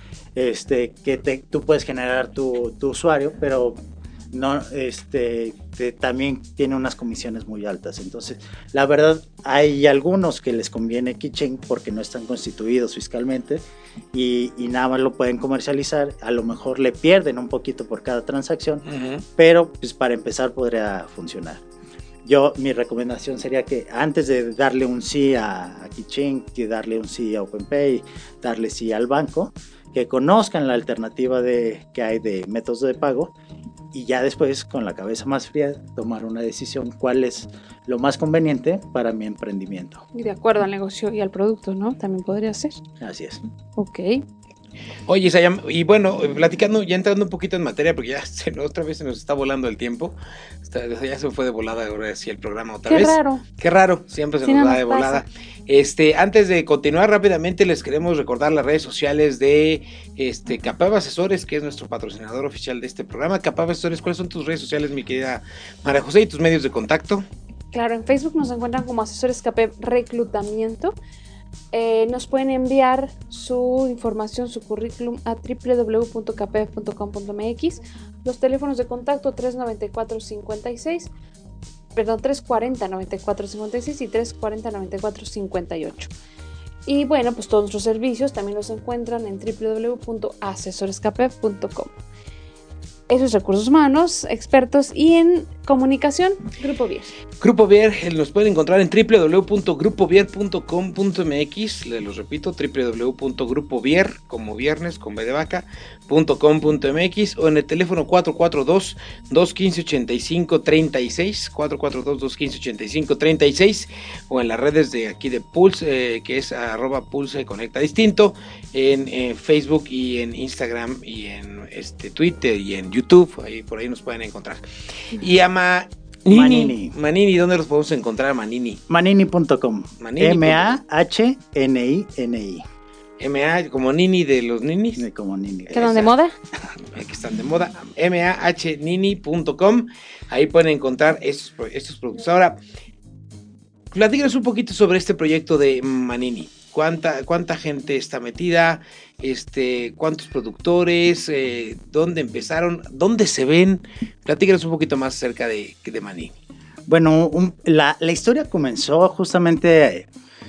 este, que te, tú puedes generar tu, tu usuario, pero no, este, te, también tiene unas comisiones muy altas. Entonces, la verdad, hay algunos que les conviene Kichink porque no están constituidos fiscalmente y, y nada más lo pueden comercializar. A lo mejor le pierden un poquito por cada transacción, uh-huh. pero pues, para empezar podría funcionar. Yo, mi recomendación sería que antes de darle un sí a, a Kichink, y darle un sí a OpenPay, darle sí al banco, que conozcan la alternativa de, que hay de métodos de pago y ya después, con la cabeza más fría, tomar una decisión cuál es lo más conveniente para mi emprendimiento. Y de acuerdo al negocio y al producto, ¿no? También podría ser. Así es. Ok. Oye, Sayam, y bueno, platicando, ya entrando un poquito en materia, porque ya se, otra vez se nos está volando el tiempo, está, ya se fue de volada ahora sí el programa otra Qué vez. Qué raro. Qué raro, siempre se sí, nos no va de volada. Este, antes de continuar rápidamente, les queremos recordar las redes sociales de este Capab Asesores, que es nuestro patrocinador oficial de este programa. Capab Asesores, ¿cuáles son tus redes sociales, mi querida María José, y tus medios de contacto? Claro, en Facebook nos encuentran como Asesores Capab Reclutamiento. Eh, nos pueden enviar su información, su currículum a doble u doble u doble u punto capeb punto com punto m x. Los teléfonos de contacto tres noventa y cuatro cincuenta y seis, perdón, tres cuarenta noventa y cuatro cincuenta y seis y tres cuarenta noventa y cuatro cincuenta y ocho. Y bueno, pues todos nuestros servicios también los encuentran en doble u doble u doble u punto asesores capeb punto com. Esos recursos humanos, expertos y en comunicación, Grupo Vier. Grupo Vier, los pueden encontrar en doble u doble u doble u punto grupo vier punto com punto m x, les los repito, doble u doble u doble u punto grupo vier, como viernes, con B de vaca, punto com punto m x, o en el teléfono cuatro cuatro dos, dos uno cinco, ocho cinco tres seis, cuatro cuatro dos, dos uno cinco, ocho cinco tres seis, o en las redes de aquí de Pulse, eh, que es arroba Pulse Conecta Distinto, en eh, Facebook y en Instagram y en este Twitter y en YouTube, ahí por ahí nos pueden encontrar. Y a Ma- Manini. Manini, ¿dónde los podemos encontrar, Manini? Manini punto com. M A H N I N I. M A como Nini de los ninis. De como Nini. ¿Quedan de moda? Que están de moda. M A H nini punto com. Ahí pueden encontrar estos, estos productos. Ahora, platícanos un poquito sobre este proyecto de Manini. ¿Cuánta, cuánta gente está metida? Este, ¿cuántos productores? Eh, ¿Dónde empezaron? ¿Dónde se ven? Platícanos un poquito más acerca de, de Manini. Bueno, un, la, la historia comenzó justamente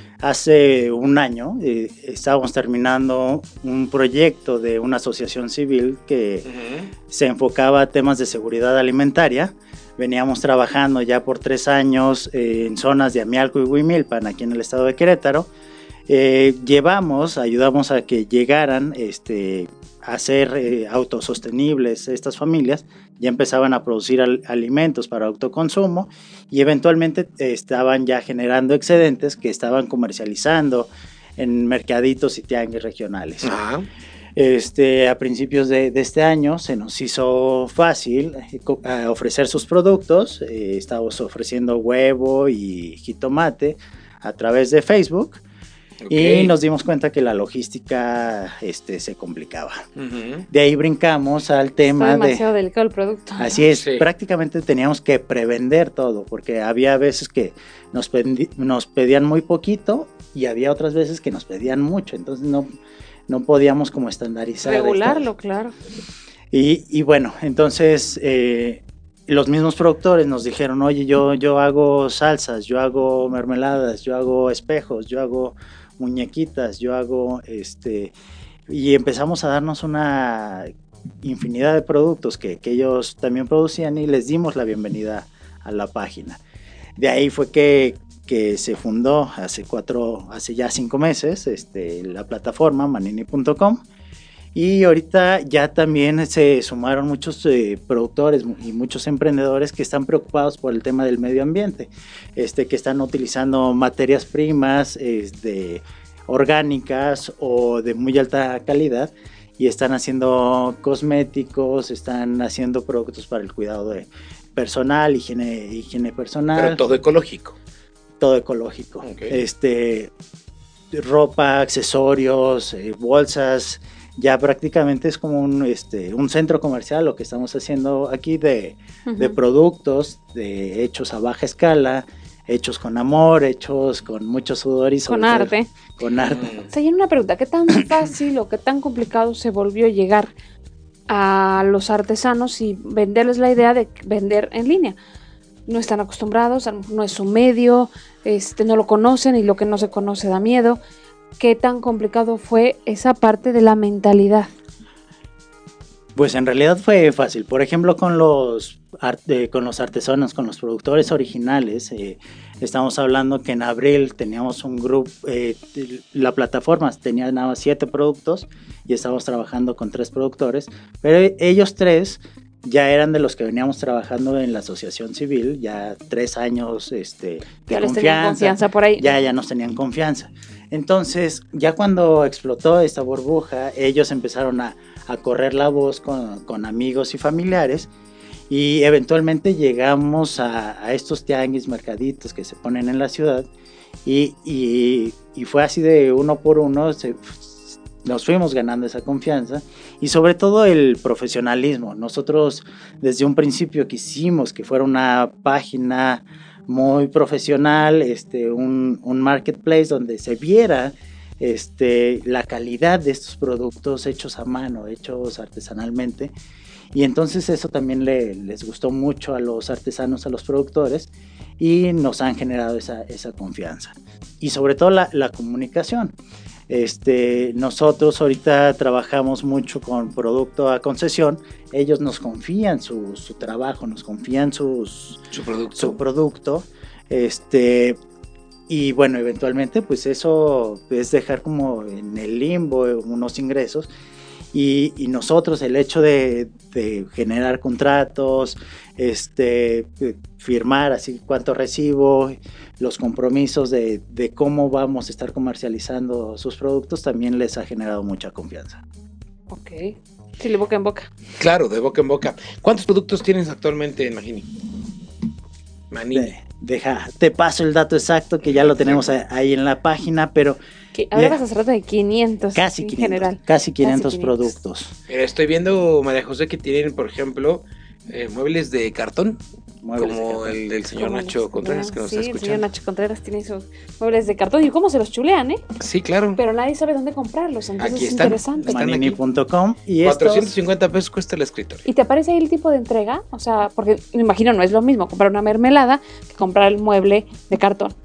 hace un año. Eh, estábamos terminando un proyecto de una asociación civil que uh-huh. se enfocaba a temas de seguridad alimentaria. Veníamos trabajando ya por tres años eh, en zonas de Amialco y Huimilpan, aquí en el estado de Querétaro. Eh, llevamos, ayudamos a que llegaran este, hacer eh, autosostenibles estas familias, ya empezaban a producir al, alimentos para autoconsumo y eventualmente eh, estaban ya generando excedentes que estaban comercializando en mercaditos y tianguis regionales. Ajá. Este, a principios de, de este año se nos hizo fácil eh, ofrecer sus productos. Eh, estábamos ofreciendo huevo y jitomate a través de Facebook. Okay. Y nos dimos cuenta que la logística este, se complicaba. Uh-huh. De ahí brincamos al tema Está demasiado de... delicado el producto. Así es, sí. Prácticamente teníamos que prevender todo, porque había veces que nos, pedí, nos pedían muy poquito y había otras veces que nos pedían mucho, entonces no, no podíamos como estandarizar. Regularlo, esto. Claro. Y, y bueno, entonces... Eh, los mismos productores nos dijeron, oye, yo, yo hago salsas, yo hago mermeladas, yo hago espejos, yo hago muñequitas, yo hago este... Y empezamos a darnos una infinidad de productos que, que ellos también producían y les dimos la bienvenida a la página. De ahí fue que, que se fundó hace cuatro, hace ya cinco meses, este, la plataforma manini punto com. Y ahorita ya también se sumaron muchos eh, productores y muchos emprendedores que están preocupados por el tema del medio ambiente, este, que están utilizando materias primas este, orgánicas o de muy alta calidad y están haciendo cosméticos, están haciendo productos para el cuidado de personal, higiene, higiene personal. Pero todo ecológico. Todo ecológico. Okay. Este, ropa, accesorios, eh, bolsas. Ya prácticamente es como un, este, un centro comercial lo que estamos haciendo aquí de, uh-huh. de productos de, hechos a baja escala, hechos con amor, hechos con mucho sudor y sobre con arte. Con arte. O sea, y una pregunta, ¿qué tan fácil o qué tan complicado se volvió llegar a los artesanos y venderles la idea de vender en línea? No están acostumbrados, no es su medio, este, no lo conocen y lo que no se conoce da miedo. ¿Qué tan complicado fue esa parte de la mentalidad? Pues en realidad fue fácil. Por ejemplo, con los, arte, con los artesanos, con los productores originales, eh, estamos hablando que en abril teníamos un grupo, eh, la plataforma tenía nada más siete productos y estábamos trabajando con tres productores, pero ellos tres ya eran de los que veníamos trabajando en la asociación civil, ya tres años este, de ya les confianza, tenían confianza por ahí. Ya, ya nos tenían confianza. Entonces, ya cuando explotó esta burbuja, ellos empezaron a, a correr la voz con, con amigos y familiares y eventualmente llegamos a, a estos tianguis, mercaditos que se ponen en la ciudad y, y, y fue así de uno por uno, se, nos fuimos ganando esa confianza y sobre todo el profesionalismo. Nosotros desde un principio quisimos que fuera una página muy profesional, este, un, un marketplace donde se viera este, la calidad de estos productos hechos a mano, hechos artesanalmente. Y entonces eso también le, les gustó mucho a los artesanos, a los productores, y nos han generado esa, esa confianza. Y sobre todo la, la comunicación. Este, nosotros ahorita trabajamos mucho con producto a concesión, ellos nos confían su, su trabajo, nos confían sus, su producto, su producto este, y bueno, eventualmente pues eso es dejar como en el limbo unos ingresos y, y nosotros el hecho de, de generar contratos, este, firmar así cuánto recibo, los compromisos de, de cómo vamos a estar comercializando sus productos también les ha generado mucha confianza. Ok, sí, de boca en boca. Claro, de boca en boca. ¿Cuántos productos tienes actualmente en Manini? Manini. De, deja, te paso el dato exacto que ya lo tenemos ahí en la página, pero... Que ahora vas a hacer de quinientos casi en quinientos, general. Casi quinientos, casi quinientos productos. Estoy viendo, María José, que tienen, por ejemplo, eh, muebles de cartón. Muebles como el del señor Nacho Contreras que nos sí, está escuchando. Sí, el señor Nacho Contreras tiene sus muebles de cartón. ¿Y cómo se los chulean, eh? Sí, claro. Pero nadie sabe dónde comprarlos, entonces aquí es están, interesante. manini punto com y cuatrocientos cincuenta pesos cuesta el escritorio. ¿Y te aparece ahí el tipo de entrega? O sea, porque me imagino no es lo mismo comprar una mermelada que comprar el mueble de cartón.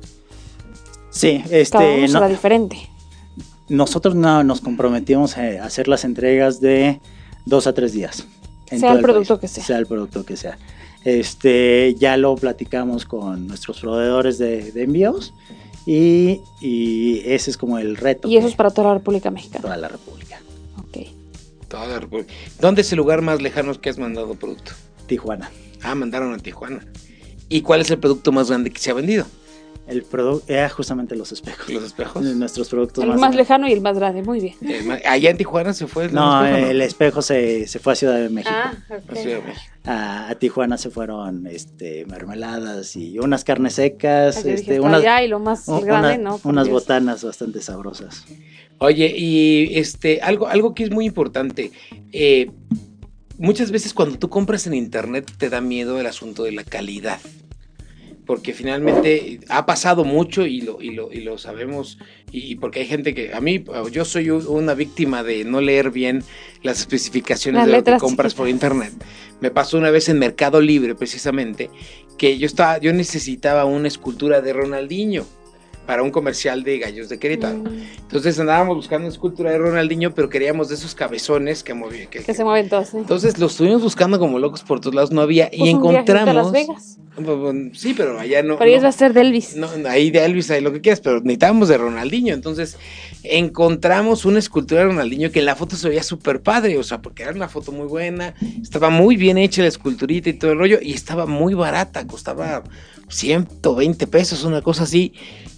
Sí, este... Cada uno no, será diferente. Nosotros no nos comprometimos a hacer las entregas de dos a tres días. Sea el, el producto país, que sea. Sea el producto que sea. Este, ya lo platicamos con nuestros proveedores de, de envíos y, y ese es como el reto. Y eso es para toda la República Mexicana. Toda la República. Ok. Toda la República. ¿Dónde es el lugar más lejano que has mandado producto? Tijuana. Ah, mandaron a Tijuana. ¿Y cuál es el producto más grande que se ha vendido? El producto era justamente los espejos. ¿Los espejos? Nuestros productos el más, más lejano y el más grande, muy bien. Eh, ¿Allá en Tijuana se fue el no, espejo? No, el espejo se, se fue a Ciudad de México. Ah, ok. A Ciudad de México. A, a Tijuana se fueron este, mermeladas y unas carnes secas, Ay, yo este, dije, unas, allá y lo más una, grande, ¿no? Por unas Dios. botanas bastante sabrosas. Oye, y este, algo, algo que es muy importante, eh, muchas veces cuando tú compras en internet te da miedo el asunto de la calidad, porque finalmente ha pasado mucho y lo, y lo, y lo sabemos, y, y porque hay gente que, a mí, yo soy una víctima de no leer bien las especificaciones Las de lo que letras compras chiquitas. por internet. Me pasó una vez en Mercado Libre, precisamente, que yo estaba, yo necesitaba una escultura de Ronaldinho para un comercial de Gallos de Querétaro. Mm, Entonces andábamos buscando una escultura de Ronaldinho, pero queríamos de esos cabezones que movían. Que, que se mueven todos, ¿eh? Entonces lo estuvimos buscando como locos por todos lados, no había, Pues y un viajecito encontramos. a Las Vegas. Sí, pero allá no. Pero no, ellos va a ser de Elvis. no, ahí de Elvis, ahí lo que quieras, pero necesitábamos de Ronaldinho. Entonces encontramos una escultura de Ronaldinho que en la foto se veía súper padre, o sea, porque era una foto muy buena, estaba muy bien hecha la esculturita y todo el rollo, y estaba muy barata, costaba ciento veinte pesos, una cosa así.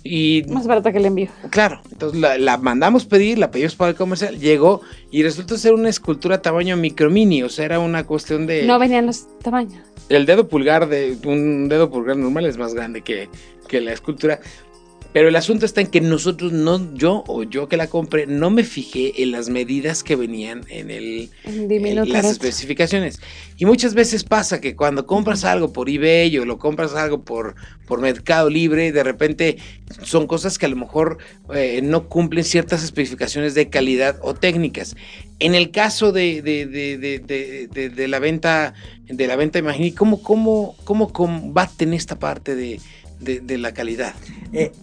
Y Más barata que el envío. claro, entonces la, la mandamos pedir, la pedimos para el comercial, llegó y resultó ser una escultura tamaño micro mini, o sea, era una cuestión de... No venían los tamaños. El dedo pulgar de un dedo pulgar normal es más grande que, que la escultura. Pero el asunto está en que nosotros, no, yo o yo que la compré, no me fijé en las medidas que venían en, el, En en las especificaciones. Y muchas veces pasa que cuando compras algo por eBay o lo compras algo por, por Mercado Libre, de repente son cosas que a lo mejor eh, no cumplen ciertas especificaciones de calidad o técnicas. En el caso de, de, de, de, de, de, de la venta, de la venta, imagínate, ¿cómo, cómo, cómo combaten esta parte de, de, de la calidad? Eh,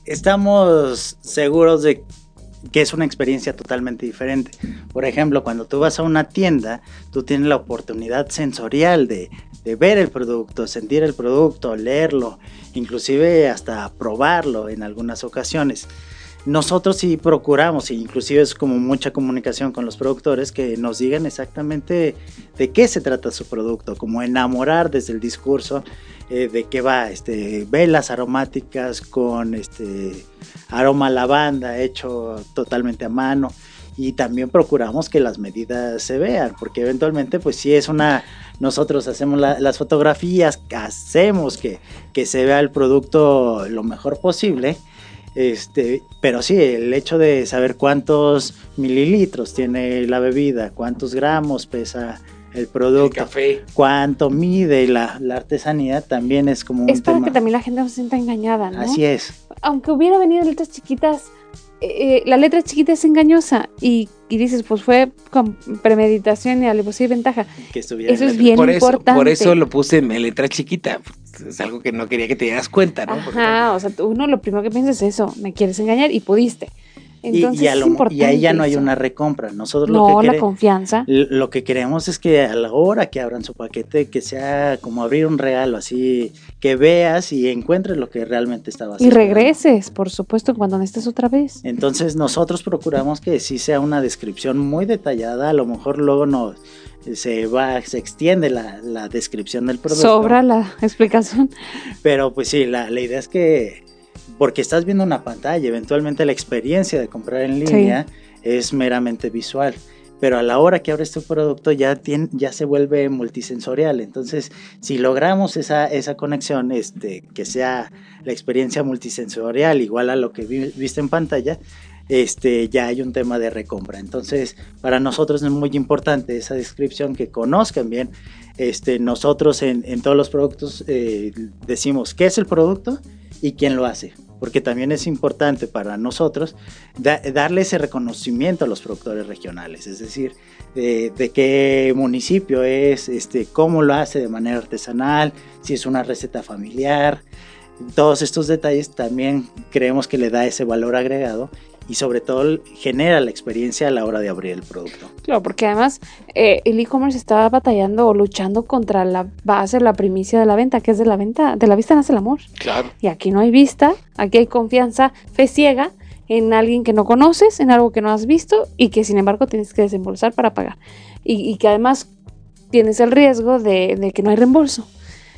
Estamos seguros de que es una experiencia totalmente diferente. Por ejemplo, cuando tú vas a una tienda, tú tienes la oportunidad sensorial de, de ver el producto, sentir el producto, leerlo, inclusive hasta probarlo en algunas ocasiones. Nosotros sí procuramos, e inclusive es como mucha comunicación con los productores, que nos digan exactamente de qué se trata su producto, como enamorar desde el discurso eh, de qué va, este, velas aromáticas con este, aroma a lavanda hecho totalmente a mano, y también procuramos que las medidas se vean, porque eventualmente pues si es una, nosotros hacemos la, las fotografías, hacemos que, que se vea el producto lo mejor posible. Este, pero sí, el hecho de saber cuántos mililitros tiene la bebida, cuántos gramos pesa el producto, El café. cuánto mide la, la artesanía, también es como un Es para tema. que también la gente no se sienta engañada, ¿no? Así es. Aunque hubiera venido letras chiquitas, eh, la letra chiquita es engañosa y, y dices, pues fue con premeditación y alevosía y ventaja. Que estuviera Eso en es la- bien por eso, importante. por eso lo puse en letra chiquita. Es algo que no quería que te dieras cuenta, ¿no? Porque- Ajá, o sea, tú- uno lo primero que piensa es eso, me quieres engañar y pudiste. Y, Entonces y, a es lo- importante y ahí ya no hay eso. una recompra. Nosotros No, lo que la quere- confianza. Lo que queremos es que a la hora que abran su paquete, que sea como abrir un regalo, así que veas y encuentres lo que realmente estabas Y esperando. regreses, por supuesto, cuando necesites otra vez. Entonces nosotros procuramos que sí sea una descripción muy detallada, a lo mejor luego nos se va, se extiende la, la descripción del producto. Sobra la explicación. Pero pues sí, la, la idea es que, porque estás viendo una pantalla, eventualmente la experiencia de comprar en línea es meramente visual. Pero a la hora que abres tu producto ya, tiene, ya se vuelve multisensorial. Entonces, si logramos esa, esa conexión, este, que sea la experiencia multisensorial igual a lo que vi, viste en pantalla, este, ya hay un tema de recompra. Entonces, para nosotros es muy importante esa descripción, que conozcan bien. Este, nosotros en, en todos los productos eh, decimos qué es el producto y quién lo hace, porque también es importante para nosotros da, darle ese reconocimiento a los productores regionales, es decir, de, de qué municipio es, este, cómo lo hace de manera artesanal, si es una receta familiar. Todos estos detalles también creemos que le da ese valor agregado y sobre todo genera la experiencia a la hora de abrir el producto. Claro, porque además eh, el e-commerce está batallando o luchando contra la base, la primicia de la venta, que es de la venta, de la vista nace el amor. Claro. Y aquí no hay vista, aquí hay confianza, fe ciega, en alguien que no conoces, en algo que no has visto y que sin embargo tienes que desembolsar para pagar. Y, y que además tienes el riesgo de, de que no hay reembolso.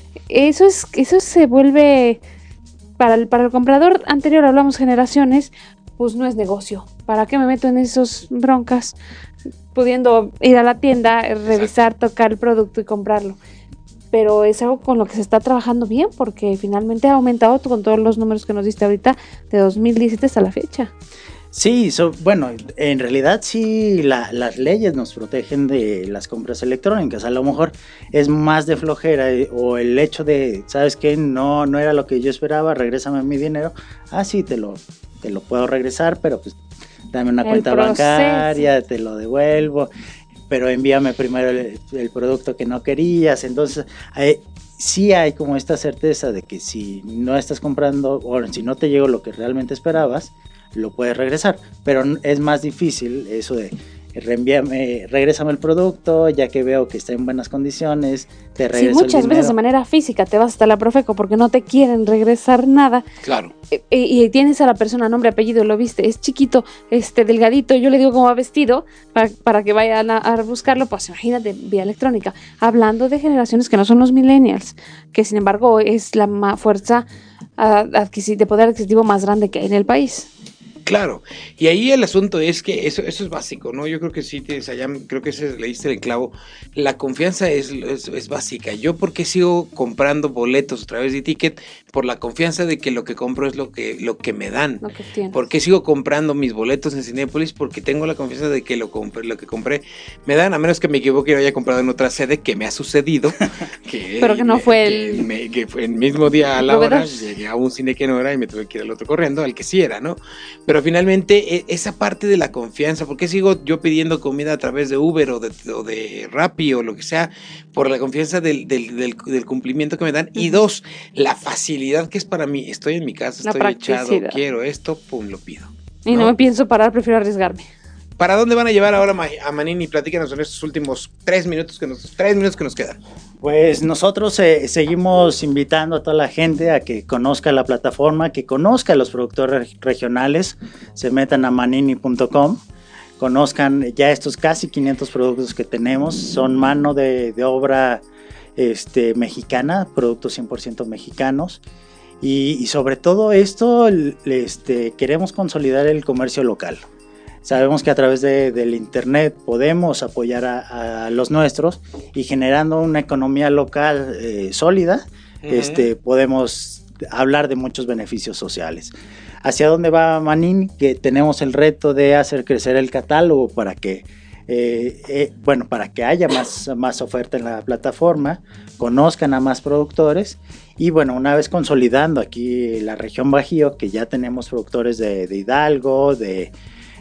Eso es, eso se vuelve, para el, para el comprador anterior, hablamos generaciones, pues no es negocio. ¿Para qué me meto en esos broncas? Pudiendo ir a la tienda, revisar, tocar el producto y comprarlo. Pero es algo con lo que se está trabajando bien, porque finalmente ha aumentado con todos los números que nos diste ahorita de dos mil diecisiete hasta la fecha. Sí, so, bueno, en realidad sí la, las leyes nos protegen de las compras electrónicas. A lo mejor es más de flojera eh, o el hecho de, ¿sabes qué? No, no era lo que yo esperaba, regrésame mi dinero. Ah, sí, te lo, te lo puedo regresar, pero pues dame una el cuenta proceso. bancaria, te lo devuelvo, pero envíame primero el, el producto que no querías. Entonces, eh, sí hay como esta certeza de que si no estás comprando o si no te llegó lo que realmente esperabas, lo puedes regresar, pero es más difícil eso de reenvíame, regrésame el producto, ya que veo que está en buenas condiciones, te regreso el dinero. Sí, muchas veces de manera física te vas hasta la Profeco porque no te quieren regresar nada. Claro. Y, y tienes a la persona, nombre, apellido, lo viste, es chiquito, este delgadito, yo le digo cómo va vestido para, para que vayan a, a buscarlo, pues imagínate, vía electrónica. Hablando de generaciones que no son los millennials, que sin embargo es la ma- fuerza uh, adquisi- de poder adquisitivo más grande que hay en el país. Claro, y ahí el asunto es que eso, eso es básico, ¿no? Yo creo que sí tienes allá, creo que ese le diste el clavo. La confianza es, es, es básica. Yo, ¿por qué sigo comprando boletos a través de Ticket? Por la confianza de que lo que compro es lo que, lo que me dan. Lo que tienes. ¿Por qué sigo comprando mis boletos en Cinépolis? Porque tengo la confianza de que lo, compré, lo que compré me dan, a menos que me equivoque y lo haya comprado en otra sede, que me ha sucedido. Que, Pero que no me, fue que el... Me, que fue el mismo día a la hora, llegué a un cine que no era y me tuve que ir al otro corriendo, al que sí era, ¿no? Pero finalmente esa parte de la confianza, ¿por qué sigo yo pidiendo comida a través de Uber o de, o de Rappi o lo que sea? Por la confianza del, del, del, del cumplimiento que me dan. Uh-huh. Y dos, la facilidad que es para mí. Estoy en mi casa, la estoy echado, quiero esto, pum, lo pido. Y no, no me pienso parar, prefiero arriesgarme. ¿Para dónde van a llevar ahora a Manini? Platícanos en estos últimos tres minutos que nos, tres minutos que nos quedan. Pues nosotros eh, seguimos invitando a toda la gente a que conozca la plataforma, que conozca a los productores regionales, se metan a manini punto com, conozcan ya estos casi quinientos productos que tenemos, son mano de, de obra este, mexicana, productos cien por ciento mexicanos. Y, y sobre todo esto, este, queremos consolidar el comercio local. Sabemos que a través de, del internet podemos apoyar a, a los nuestros y generando una economía local eh, sólida, uh-huh. este, podemos hablar de muchos beneficios sociales. ¿Hacia dónde va Manini? Que tenemos el reto de hacer crecer el catálogo para que, eh, eh, bueno, para que haya más, más oferta en la plataforma, conozcan a más productores y bueno, una vez consolidando aquí la región Bajío, que ya tenemos productores de, de Hidalgo, de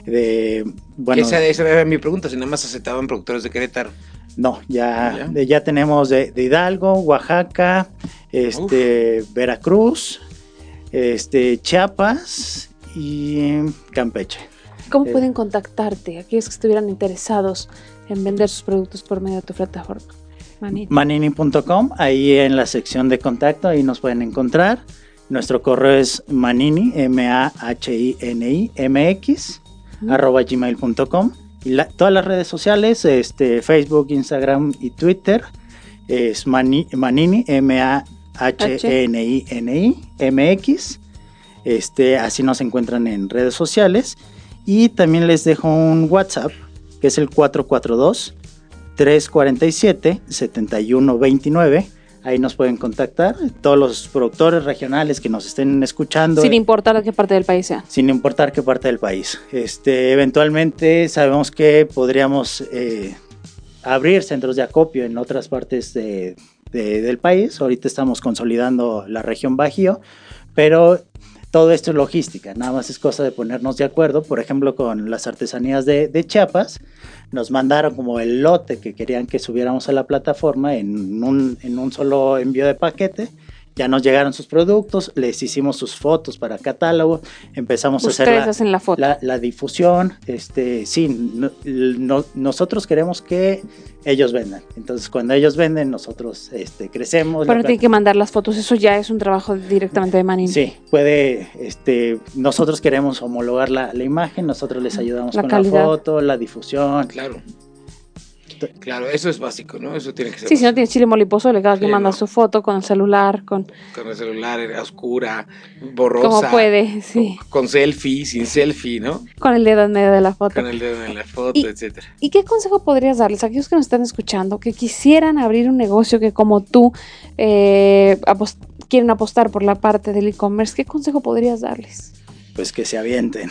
De, bueno, esa, esa era mi pregunta, si nada más aceptaban productores de Querétaro. No, ya, ¿Ya? ya tenemos de, de Hidalgo, Oaxaca, este, Veracruz, este, Chiapas y Campeche. ¿Cómo eh, pueden contactarte aquellos que estuvieran interesados en vender sus productos por medio de tu plataforma? Manini. manini punto com, ahí en la sección de contacto, ahí nos pueden encontrar. Nuestro correo es manini, M A H I N I M X, arroba gmail punto com y la, todas las redes sociales, este, Facebook, Instagram y Twitter es mani, Manini, M A H N I N I M X, este, así nos encuentran en redes sociales. Y también les dejo un WhatsApp que es el cuatro cuatro dos, tres cuatro siete, siete uno dos nueve. Ahí nos pueden contactar, todos los productores regionales que nos estén escuchando. Sin importar qué parte del país sea. Sin importar qué parte del país. Este, eventualmente sabemos que podríamos eh, abrir centros de acopio en otras partes de, de, del país. Ahorita estamos consolidando la región Bajío, pero todo esto es logística, nada más es cosa de ponernos de acuerdo. Por ejemplo, con las artesanías de, de Chiapas, nos mandaron como el lote que querían que subiéramos a la plataforma en un, en un solo envío de paquete. ya nos llegaron sus productos, les hicimos sus fotos para catálogo, empezamos Ustedes a hacer la, hacen la, foto. la, la difusión. Este, sí, no, no, nosotros queremos que ellos vendan. Entonces, cuando ellos venden, nosotros este, crecemos. Pero tienen que mandar las fotos, eso ya es un trabajo directamente de Manini. Sí, puede, este, nosotros queremos homologar la, la imagen, nosotros les ayudamos la con calidad. la foto, la difusión. Claro. Claro, eso es básico, ¿no? Eso tiene que ser. Sí, si no tienes chile, mole y pozole, cada Sí, quien manda no. su foto con el celular, con... Con el celular oscura, borrosa. Como puede, sí. Con, con selfie, sin selfie, ¿no? Con el dedo en medio de la foto. Con el dedo en la foto, Y- etcétera. ¿Y qué consejo podrías darles a aquellos que nos están escuchando, que quisieran abrir un negocio, que como tú eh, apost- quieren apostar por la parte del e-commerce? ¿Qué consejo podrías darles? Pues que se avienten.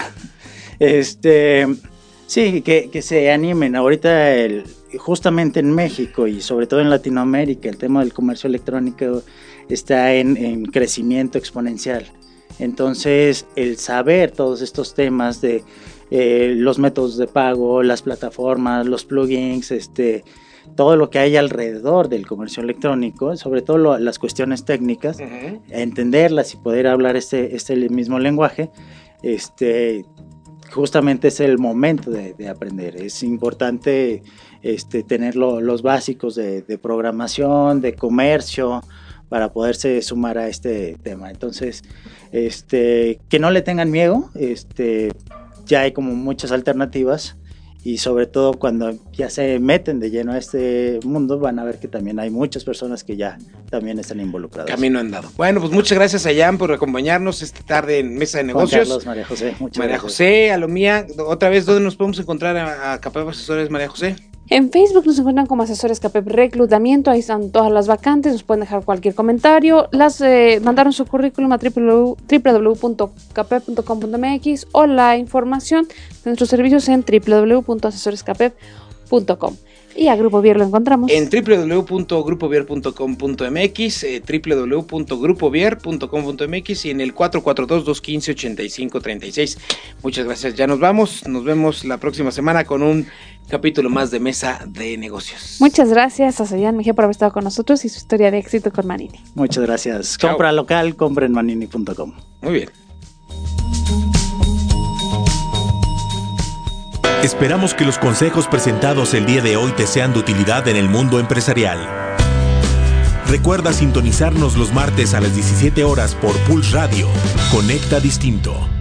Este, sí, que, que se animen. Ahorita, el, justamente en México y sobre todo en Latinoamérica, el tema del comercio electrónico está en, en crecimiento exponencial. Entonces, el saber todos estos temas de eh, los métodos de pago, las plataformas, los plugins, este, todo lo que hay alrededor del comercio electrónico, sobre todo lo, las cuestiones técnicas, Uh-huh. entenderlas y poder hablar este, este mismo lenguaje, este, justamente es el momento de, de aprender. Es importante este, tener lo, los básicos de, de programación, de comercio, para poderse sumar a este tema. Entonces, este, que no le tengan miedo, este, ya hay como muchas alternativas. Y sobre todo cuando ya se meten de lleno a este mundo, van a ver que también hay muchas personas que ya también están involucradas. Camino andado. Bueno, pues muchas gracias a Jan por acompañarnos esta tarde en Mesa de Juan Negocios. Carlos, María José, muchas María gracias. José, Alomía, otra vez, ¿dónde nos podemos encontrar a, a Capep Asesores, María José? En Facebook nos encuentran como Asesores Capep Reclutamiento, ahí están todas las vacantes, nos pueden dejar cualquier comentario, las eh, mandaron su currículum a w w w punto capep punto com punto m x o la información de nuestros servicios en w w w punto asesores capep punto com. Y a Grupo Vier lo encontramos En w w w punto grupo vier punto com punto m x, eh, w w w punto grupo vier punto com punto m x y en el cuatro cuatro dos, dos uno cinco, ocho cinco tres seis. Muchas gracias, ya nos vamos, nos vemos la próxima semana con un capítulo más de Mesa de Negocios. Muchas gracias a Sayan Mejía por haber estado con nosotros y su historia de éxito con Manini. Muchas gracias. Chao. Compra local, compra en manini punto com. Muy bien. Esperamos que los consejos presentados el día de hoy te sean de utilidad en el mundo empresarial. Recuerda sintonizarnos los martes a las diecisiete horas por Pulse Radio. Conecta Distinto.